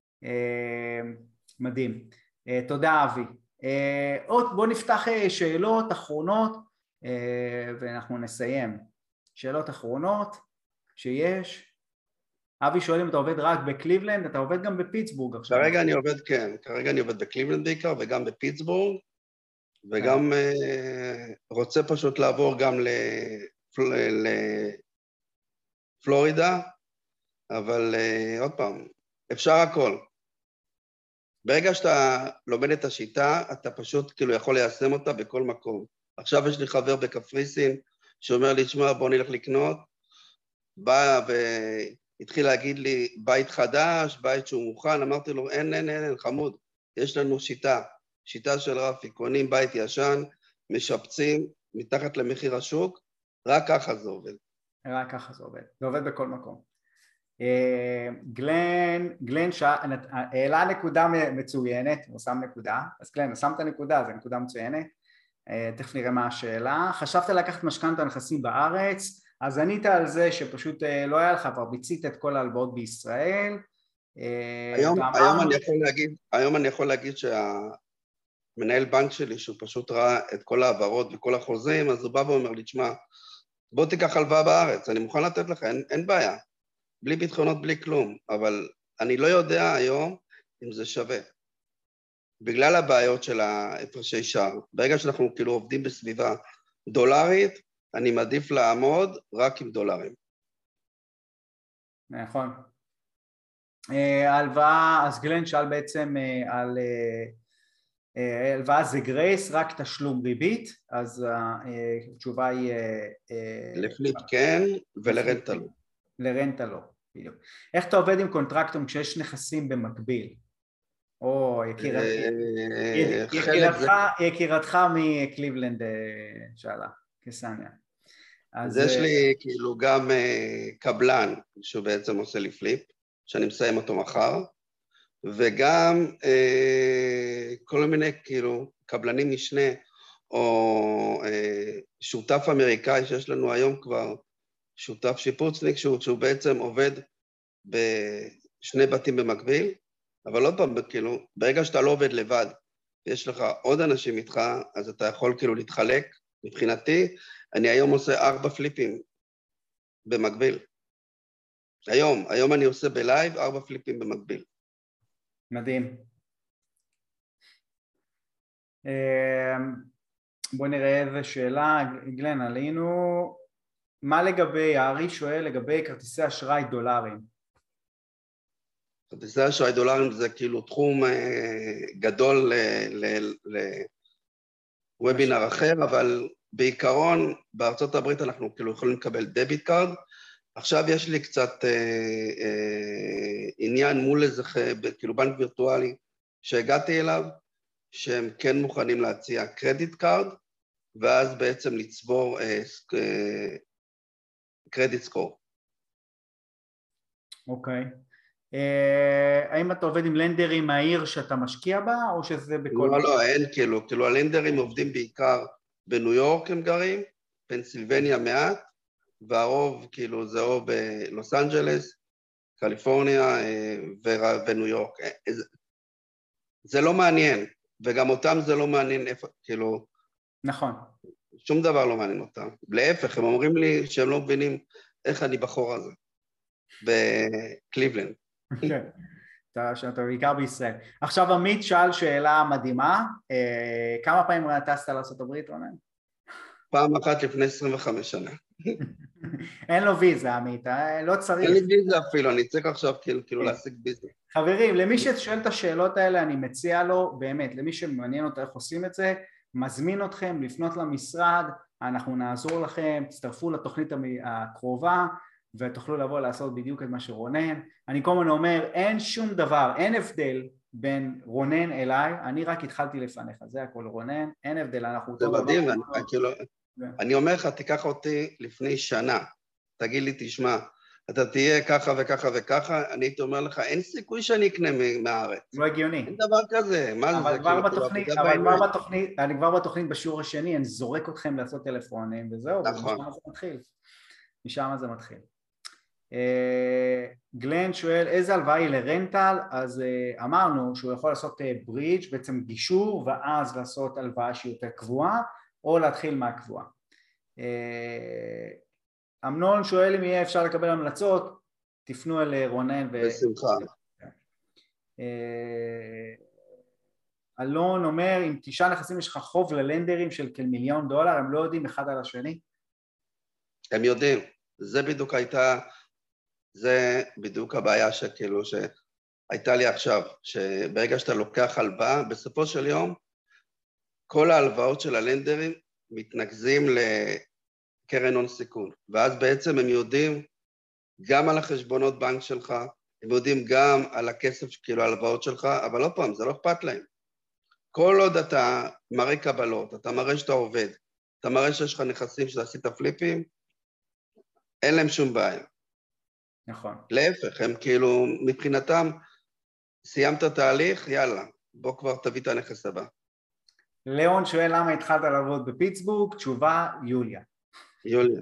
S1: מדהים. תודה אבי. בוא נפתח שאלות אחרונות, ואנחנו נסיים. שאלות אחרונות שיש. אבי שואל אם אתה עובד רק בקליבלנד, אתה עובד גם בפיטסבורג עכשיו.
S2: כרגע אני עובד בקליבלנד בעיקר, וגם בפיטסבורג, וגם רוצה פשוט לעבור גם לפלורידה, אבל עוד פעם, אפשר הכל. ברגע שאתה לומד את השיטה, אתה פשוט כאילו יכול ליישם אותה בכל מקום. עכשיו יש לי חבר בקפריסין, שאומר לי, שמע, בוא נלך לקנות, בא והתחיל להגיד לי, בית חדש, בית שהוא מוכן, אמרתי לו, אין, חמוד, יש לנו שיטה של רפי, קונים בית ישן, משפצים, מתחת למחיר השוק, רק ככה זה עובד.
S1: רק ככה זה עובד, זה עובד בכל מקום. גלן העלה נקודה מצוינת, הוא שם נקודה, אז גלן, שמת נקודה, זו נקודה מצוינת, תכף נראה מה השאלה. חשבת לקחת משכנתא נכסים בארץ, אז ענית על זה שפשוט לא היה לך, כבר ביצית את כל ההלוואות בישראל.
S2: היום אני יכול להגיד שהמנהל בנק שלי, שהוא פשוט ראה את כל העברות וכל החוזים, אז הוא בא ואומר לי, תשמע, בוא תיקח הלוואה בארץ, אני מוכן לתת לך, אין בעיה, בלי ביטחונות, בלי כלום, אבל אני לא יודע היום אם זה שווה. בגלל הבעיות של ההפרשי שער. ברגע שאנחנו כאילו עובדים בסביבה דולרית, אני מעדיף לעמוד רק עם דולרים.
S1: נכון. הלוואה, אז גלן שאל בעצם על הלוואה זה גרייס, רק תשלום ריבית, אז התשובה היא...
S2: לפליפ כן, ולרנטה לא.
S1: לרנטה לא, בדיוק. איך אתה עובד עם קונטרקטום כשיש נכסים במקביל? או יקירתך מקליבלנד שאלה, קסניה.
S2: אז יש לי כאילו גם קבלן שהוא בעצם עושה לי פליפ, שאני מסיים אותו מחר, וגם כל מיני כאילו קבלנים משנה, או שותף אמריקאי שיש לנו היום כבר, שותף שיפוצניק, שהוא בעצם עובד בשני בתים במקביל, אבל עוד פעם, כאילו, ברגע שאתה לא עובד לבד, ויש לך עוד אנשים איתך, אז אתה יכול כאילו להתחלק. מבחינתי, אני היום עושה 4 פליפים במקביל. היום אני עושה בלייב 4 פליפים במקביל.
S1: מדהים. בוא נראה איזה שאלה, גלן, עלינו. מה לגבי, הארי שואל לגבי כרטיסי אשראי דולרים?
S2: כרטיסי אשראי דולרים זה כאילו תחום גדול לוובינר אחר, אבל בעיקרון בארצות הברית אנחנו כאילו יכולים לקבל דביט קארד. עכשיו יש לי קצת עניין מול איזה כאילו בנק וירטואלי שהגעתי אליו, שהם כן מוכנים להציע קרדיט קארד, ואז בעצם לצבור קרדיט סקור.
S1: אוקיי. האם אתה עובד עם לנדרים מהעיר שאתה משקיע בה, או שזה בכל...
S2: לא, אין כאילו הלנדרים עובדים בעיקר בניו יורק הם גרים, פנסילבניה מעט, והרוב כאילו זה או בלוס אנג'לס, קליפורניה וניו יורק. זה לא מעניין, וגם אותם זה לא מעניין איפה, כאילו...
S1: נכון.
S2: שום דבר לא מעניין אותם. להפך, הם אומרים לי שהם לא מבינים איך אני בחור הזה, בקליבלנד.
S1: כן, אתה בעיקר בישראל. עכשיו עמית שאל שאלה מדהימה, כמה פעמים טסת לארצות הברית, רונן?
S2: פעם אחת לפני 25 שנה.
S1: אין לו ויזה, עמית, לא צריך.
S2: אין לי ויזה אפילו, אני צריך עכשיו כאילו להשיג ויזה.
S1: חברים, למי ששואל את השאלות האלה, אני מציע לו, באמת, למי שמעניין אותו איך עושים את זה, מזמין אתכם לפנות למשרד, אנחנו נעזור לכם, תצטרפו לתוכנית הקרובה, ותוכלו לבוא לעשות בדיוק את מה שרונן. אני כל הזמן אומר, אין שום דבר, אין הבדל בין רונן אליי, אני רק התחלתי לפניך, זה הכל רונן, אין הבדל, אנחנו...
S2: זה מדהים, אני אומר לך, תיקח אותי לפני שנה, תגיד לי, תשמע, אתה תהיה ככה וככה וככה, אני הייתי אומר לך, אין סיכוי שאני אקנה מהארץ.
S1: לא הגיוני.
S2: אין דבר כזה, מה זה?
S1: אבל כבר בתוכנית בשיעור השני, אני זורק אתכם לעשות טלפונים, וזהו, ומשם זה מתחיל. משם זה מתחיל. גלן שואל, איזה הלוואה היא לרנטל? אז אמרנו שהוא יכול לעשות ברידג', בעצם גישור, ואז לעשות הלוואה שהיא יותר קבועה, או להתחיל מהקבועה. אמנון שואל אם יהיה אפשר לקבל המלצות, תפנו אל רונן.
S2: בשמחה.
S1: אלון אומר, אם 9 נכסים יש לך חוב ללנדרים של $1,000,000, הם לא יודעים אחד על השני?
S2: הם יודעים, זה בדיוק הבעיה שכאילו שהייתה לי עכשיו, שברגע שאתה לוקח הלוואה, בסופו של יום, כל ההלוואות של הלנדרים מתנקזים לקרן הון סיכון, ואז בעצם הם יודעים גם על החשבונות בנק שלך, הם יודעים גם על הכסף, כאילו ההלוואות שלך, אבל לא פעם, זה לא אכפת להם. כל עוד אתה מראה קבלות, אתה מראה שאתה עובד, אתה מראה שיש לך נכסים שאתה עשית פליפים, אין להם שום בעיה.
S1: נכון.
S2: להפך, הם כאילו, מבחינתם, סיימת תהליך, יאללה, בוא כבר תביא את הנכס הבא.
S1: ליאון שואל למה התחלת לעבוד בפיטסבורג, תשובה, יוליה.
S2: יוליה.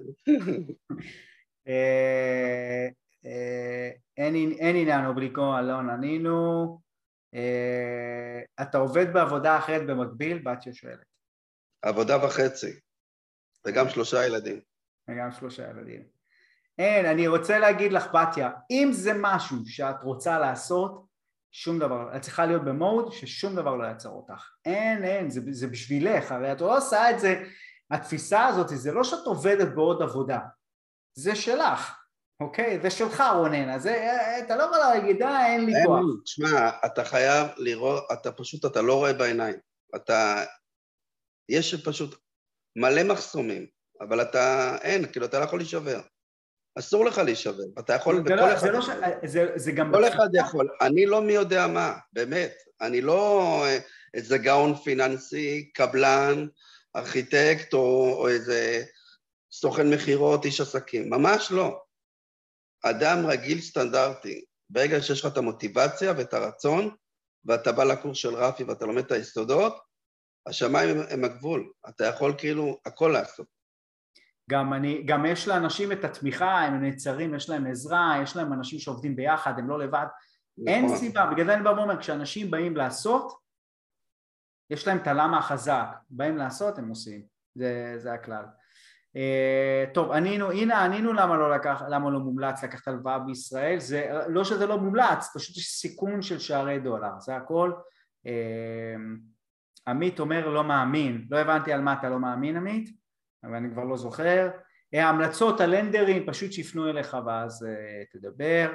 S1: אין עניין אובליקו, אלון, ענינו. אתה עובד בעבודה אחרת במקביל? בתיה שואלת.
S2: עבודה וחצי, וגם 3 ילדים.
S1: וגם 3 ילדים. אני רוצה להגיד לך, בתיה, אם זה משהו שאת רוצה לעשות, שום דבר, את צריכה להיות במוד ששום דבר לא יעצור אותך. אין, זה בשבילך, הרי את לא עושה את זה, התפיסה הזאת, זה לא שאת עובדת בעוד עבודה, זה שלך, אוקיי? זה שלך רונן, אז אתה לא יכול להגיד, אין לי כוח.
S2: תשמע, אתה חייב לראות, אתה לא רואה בעיניים, יש פשוט מלא מחסומים, אבל כאילו אתה לא יכול להישבר. אסור לך להישבר, אתה יכול,
S1: זה גם...
S2: כל אחד יכול, אני לא מי יודע מה, באמת, אני לא איזה גאון פיננסי, קבלן, ארכיטקט או איזה סוכן מחירות, איש עסקים, ממש לא. אדם רגיל סטנדרטי, ברגע שיש לך את המוטיבציה ואת הרצון, ואתה בא לקורס של רפי ואתה לומד את היסודות, השמיים הם הגבול, אתה יכול כאילו הכל לעשות.
S1: גם יש לאנשים את התמיכה, הם נעצרים, יש להם עזרה, יש להם אנשים שעובדים ביחד, הם לא לבד. נכון. אין סיבה, בגלל זה אני בא ואומר, כשאנשים באים לעשות, יש להם את הלמה החזק, באים לעשות, הם עושים, זה הכלל. טוב, ענינו למה לא מומלץ לקחת הלוואה בישראל, זה לא שזה לא מומלץ, פשוט יש סיכון של שערי דולר, זה הכל. עמית אומר לא מאמין, לא הבנתי על מה אתה לא מאמין עמית, אבל אני כבר לא זוכר. ההמלצות הלנדרים פשוט שיפנו אליך ואז תדבר.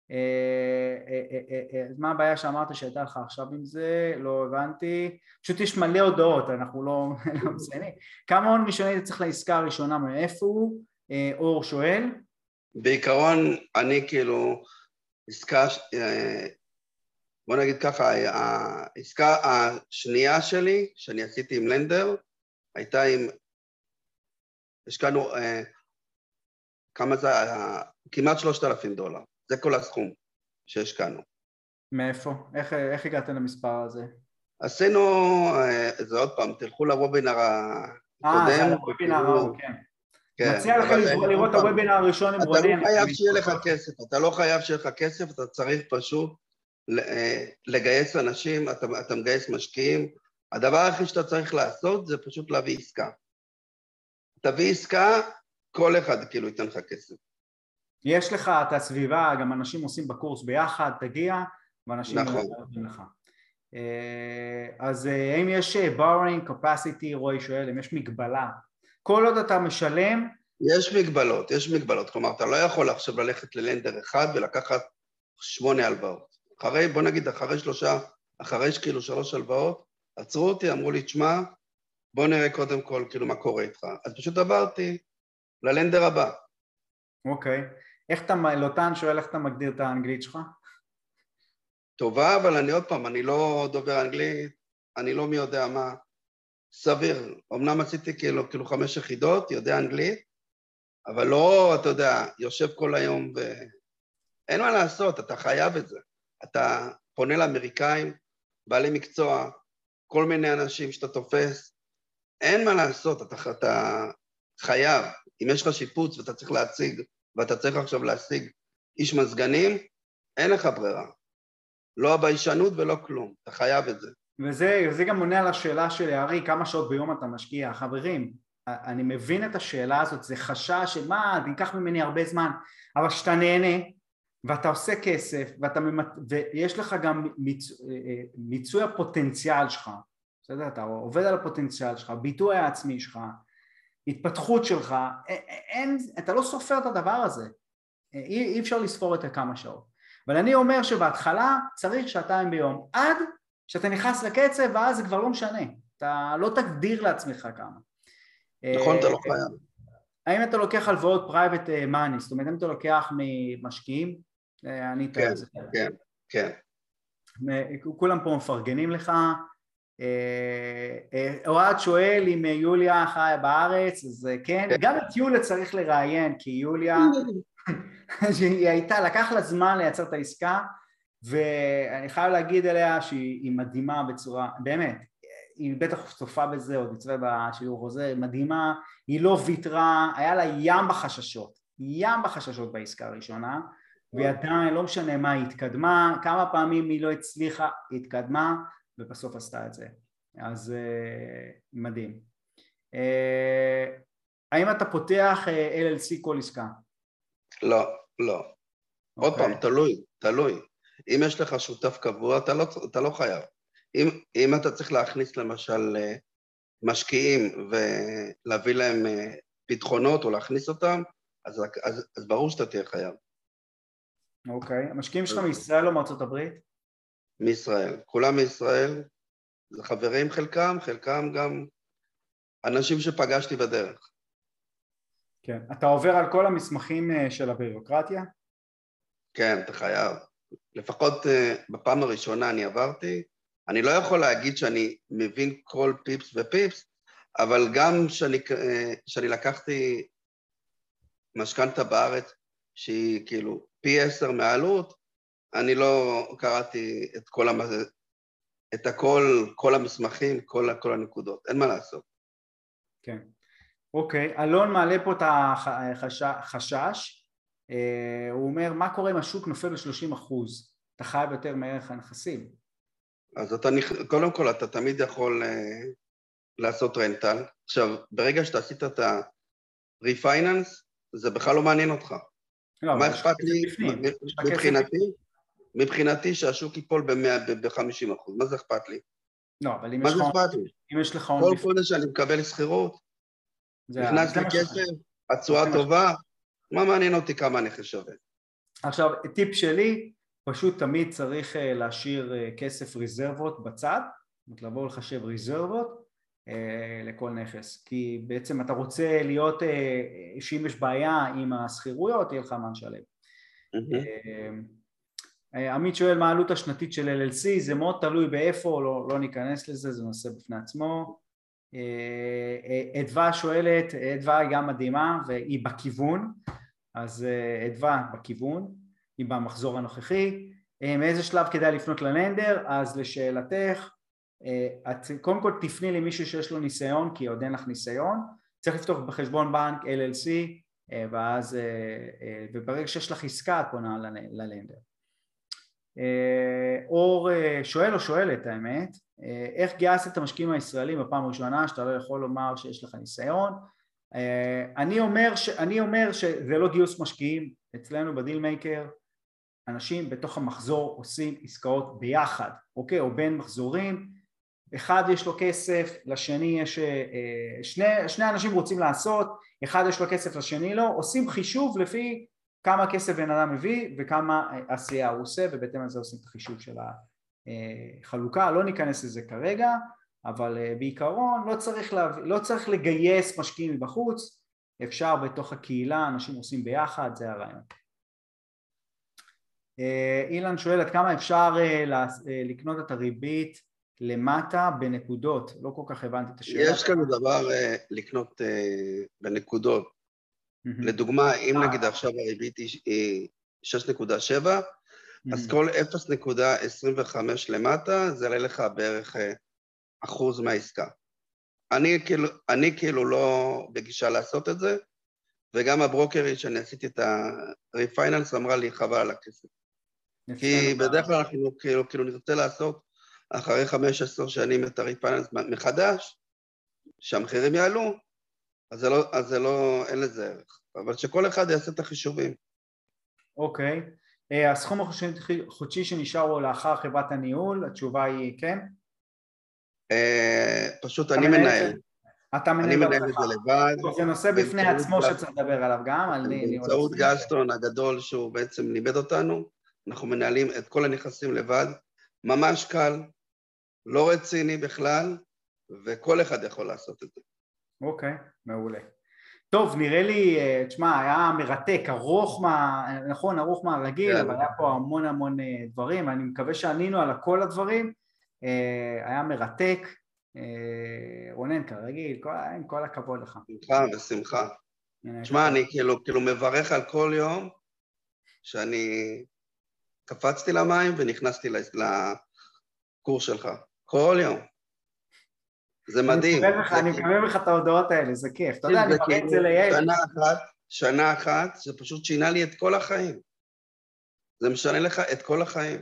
S1: מה הבעיה שאמרת שהייתה לך עכשיו עם זה? לא הבנתי. פשוט יש מלא הודעות, אנחנו לא מסיינים. כמה הון ראשוני אתה צריך לעסקה הראשונה, מאיפה הוא? אור שואל.
S2: בעיקרון אני כאילו עסקה, בוא נגיד ככה, העסקה השנייה שלי שאני עשיתי עם לנדר הייתה עם, השקענו, כמה זה, כמעט $3,000, זה כל הסכום שהשקענו.
S1: מאיפה? איך הגעת למספר הזה?
S2: עשינו, זה עוד פעם, תלכו לוובינר הקודם.
S1: זה הוובינר, כן. מציע לכם לראות את הוובינר הראשון עם רונן.
S2: אתה לא חייב שיהיה לך כסף, אתה צריך פשוט לגייס אנשים, אתה מגייס משקיעים, הדבר הכי שאתה צריך לעשות זה פשוט להביא עסקה. תביא עסקה, כל אחד כאילו ייתן לך כסף.
S1: יש לך את הסביבה, גם אנשים עושים בקורס ביחד, תגיע, ואנשים יודעים לך. אז האם יש borrowing capacity, רועי שואל, אם יש מגבלה, כל עוד אתה משלם?
S2: יש מגבלות, כלומר, אתה לא יכול עכשיו ללכת ללנדר אחד ולקחת 8 הלוואות. בוא נגיד, אחרי כאילו 3 הלוואות, עצרו אותי, אמרו לי, תשמע, בוא נראה קודם כל כאילו מה קורה איתך. אז פשוט עברתי ללנדר הבא.
S1: אוקיי. לוטן שואל איך אתה מגדיר את האנגלית שלך?
S2: טובה, אבל עוד פעם, אני לא דובר אנגלית, אני לא מי יודע מה. סביר. אמנם עשיתי כאילו 5 יחידות, יודע אנגלית, אבל לא, אתה יודע, יושב כל היום אין מה לעשות, אתה חייב את זה. אתה פונה לאמריקאים, בעלי מקצוע, כל מיני אנשים שאתה תופס, אין מה לעשות, אתה חייב. אם יש לך שיפוץ ואתה צריך להציג, ואתה צריך עכשיו להשיג איש מזגנים, אין לך ברירה. לא הביישנות ולא כלום, אתה חייב את זה.
S1: וזה גם עונה על השאלה של יערי, כמה שעות ביום אתה משקיע. חברים, אני מבין את השאלה הזאת, זה חשש של מה, זה ייקח ממני הרבה זמן, אבל שאתה נהנה, ואתה עושה כסף, ויש לך גם מיצוי הפוטנציאל שלך, בסדר? אתה עובד על הפוטנציאל שלך, ביטוי העצמי שלך, התפתחות שלך, אתה לא סופר את הדבר הזה, אי אפשר לספור את כמה שעות. אבל אני אומר שבהתחלה צריך 2 ביום, עד שאתה נכנס לקצב, ואז זה כבר לא משנה, אתה לא תגדיר לעצמך כמה.
S2: נכון, אתה לא חייב.
S1: האם אתה לוקח הלוואות פרייבט מאני, זאת אומרת, אם אתה לוקח ממשקיעים, אני טועה את זה.
S2: כן.
S1: כולם פה מפרגנים לך. אוהד שואל אם יוליה חיה בארץ, אז כן, גם את יוליה צריך לראיין, כי יוליה, שהיא הייתה, לקח לה זמן לייצר את העסקה, ואני חייב להגיד עליה שהיא מדהימה בצורה, באמת, היא בטח צופה בזה, עוד יצווה בשיעור חוזר, מדהימה, היא לא ויתרה, היה לה ים בחששות בעסקה הראשונה, והיא עדיין לא משנה מה היא התקדמה, כמה פעמים היא לא הצליחה, היא התקדמה, ובסוף עשתה את זה. אז מדהים. האם אתה פותח LLC כל עסקה?
S2: לא. עוד פעם, תלוי. אם יש לך שותף קבוע, אתה לא חייב. אם אתה צריך להכניס למשל משקיעים ולהביא להם פתחונות או להכניס אותם, אז ברור שאתה תהיה חייב.
S1: אוקיי, המשקיעים שלך מישראל או מארצות הברית?
S2: מישראל, כולם מישראל, זה חברים חלקם גם אנשים שפגשתי בדרך.
S1: כן, אתה עובר על כל המסמכים של הבירוקרטיה?
S2: כן, אתה חייב. לפחות בפעם הראשונה אני עברתי, אני לא יכול להגיד שאני מבין כל פיפס ופיפס, אבל גם שאני לקחתי משכנתה בארץ, שהיא כאילו פי 10 מהעלות, אני לא קראתי את כל המסמכים, כל הנקודות, אין מה לעשות.
S1: כן. אוקיי, אלון מעלה פה את החשש, הוא אומר, מה קורה אם השוק נופל ב-30%? אתה חייב יותר מערך הנכסים.
S2: אז קודם כל אתה תמיד יכול לעשות רנטל. עכשיו, ברגע שאתה עשית את ה-refinance, זה בכלל לא מעניין אותך.
S1: לא,
S2: מה אכפת לי? מבחינתי שהשוק ייפול ב-50%, מה זה אכפת לי?
S1: לא, אבל
S2: מה זה אכפת לי?
S1: אם יש לך הון
S2: כל חודש שאני מקבל שכירות, נכנס לי כסף, התשואה טובה, מה מעניין אותי כמה הנכס שווה?
S1: עכשיו, טיפ שלי, פשוט תמיד צריך להשאיר כסף ריזרבות בצד, לבוא לחשב ריזרבות לכל נכס, כי בעצם אתה רוצה להיות, שאם יש בעיה עם הסחירויות, יהיה לך מה לשלם. עמית שואל מה העלות השנתית של LLC, זה מאוד תלוי באיפה, לא ניכנס לזה, זה נושא בפני עצמו. אדווה שואלת, אדווה היא גם מדהימה והיא בכיוון, אז אדווה בכיוון, היא במחזור הנוכחי. מאיזה שלב כדאי לפנות ללנדר? אז לשאלתך, את קודם כל תפני למישהו שיש לו ניסיון, כי עוד אין לך ניסיון, צריך לפתוח בחשבון בנק LLC, ואז, וברגע שיש לך עסקה את פונה ללנדר. אור שואל או שואלת האמת, איך גייסת את המשקיעים הישראלים בפעם הראשונה שאתה לא יכול לומר שיש לך ניסיון? אני אומר שזה לא גיוס משקיעים, אצלנו בדיל מייקר אנשים בתוך המחזור עושים עסקאות ביחד, אוקיי? או בין מחזורים, אחד יש לו כסף, לשני יש, שני אנשים רוצים לעשות, אחד יש לו כסף לשני לא, עושים חישוב לפי כמה כסף בן אדם מביא וכמה עשייה הוא עושה, ובהתאם לזה עושים את החישוב של החלוקה. לא ניכנס לזה כרגע, אבל בעיקרון לא צריך לגייס משקיעים מבחוץ, אפשר בתוך הקהילה, אנשים עושים ביחד, זה הרעיון. אילן שואל עד כמה אפשר לקנות את הריבית למטה בנקודות, לא כל כך הבנתי את השאלה.
S2: יש כאן דבר לקנות בנקודות. לדוגמה, אם נגיד עכשיו הריבית היא 6.7, אז כל 0.25 למטה זה עלה לך בערך אחוז מהעסקה. אני כאילו לא בגישה לעשות את זה, וגם הברוקרית שאני עשיתי את הריפייננס אמרה לי חבל על הכסף. כי בדרך כלל אנחנו כאילו נרצה לעשות אחרי 15 שנים את הריפייננס מחדש, שהמחירים יעלו, אז זה לא, אין לזה ערך. אבל שכל אחד יעשה את החישובים.
S1: אוקיי. הסכום החודשי שנשאר הוא לאחר חברת הניהול, התשובה היא כן?
S2: פשוט אני מנהל.
S1: אתה מנהל
S2: את זה לבד.
S1: זה נושא בפני עצמו שצריך לדבר עליו גם.
S2: באמצעות גסטון הגדול שהוא בעצם לימד אותנו, אנחנו מנהלים את כל הנכסים לבד, ממש קל, לא רציני בכלל, וכל אחד יכול לעשות את זה.
S1: אוקיי, מעולה. טוב, נראה לי, תשמע, היה מרתק, ארוך מהרגיל, אבל היה פה המון דברים, אני מקווה שענינו על כל הדברים, היה מרתק, רונן כרגיל, עם כל הכבוד לך.
S2: בשמחה. תשמע, אני כאילו מברך על כל יום שאני קפצתי למים ונכנסתי לקורס שלך, כל יום. זה מדהים.
S1: אני מקבל לך את ההודעות האלה, זה כיף. אתה יודע, אני מראה את זה ליעל.
S2: שנה אחת, זה פשוט שינה לי את כל החיים. זה משנה לך את כל החיים.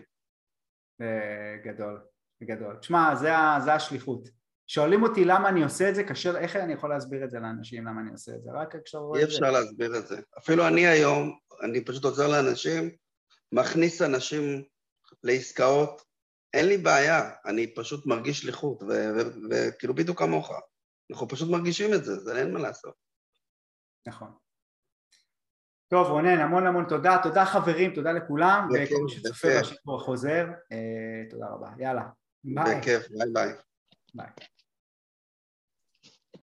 S1: גדול. תשמע, זה השליחות. שואלים אותי למה אני עושה את זה, קשה, איך אני יכול להסביר את זה לאנשים, למה אני עושה את זה? רק כשאתה רואה את זה.
S2: אי אפשר להסביר את זה. אפילו אני היום, אני פשוט עוזר לאנשים, מכניס אנשים לעסקאות, אין לי בעיה, אני פשוט מרגיש שליחות, וכאילו בדיוק כמוך, אנחנו פשוט מרגישים את זה, זה אין מה לעשות.
S1: נכון. טוב רונן, המון תודה, תודה חברים, תודה לכולם, וכל מי שצופה בשידור החוזר, תודה רבה, יאללה, ביי.
S2: בכיף, ביי ביי.
S1: ביי.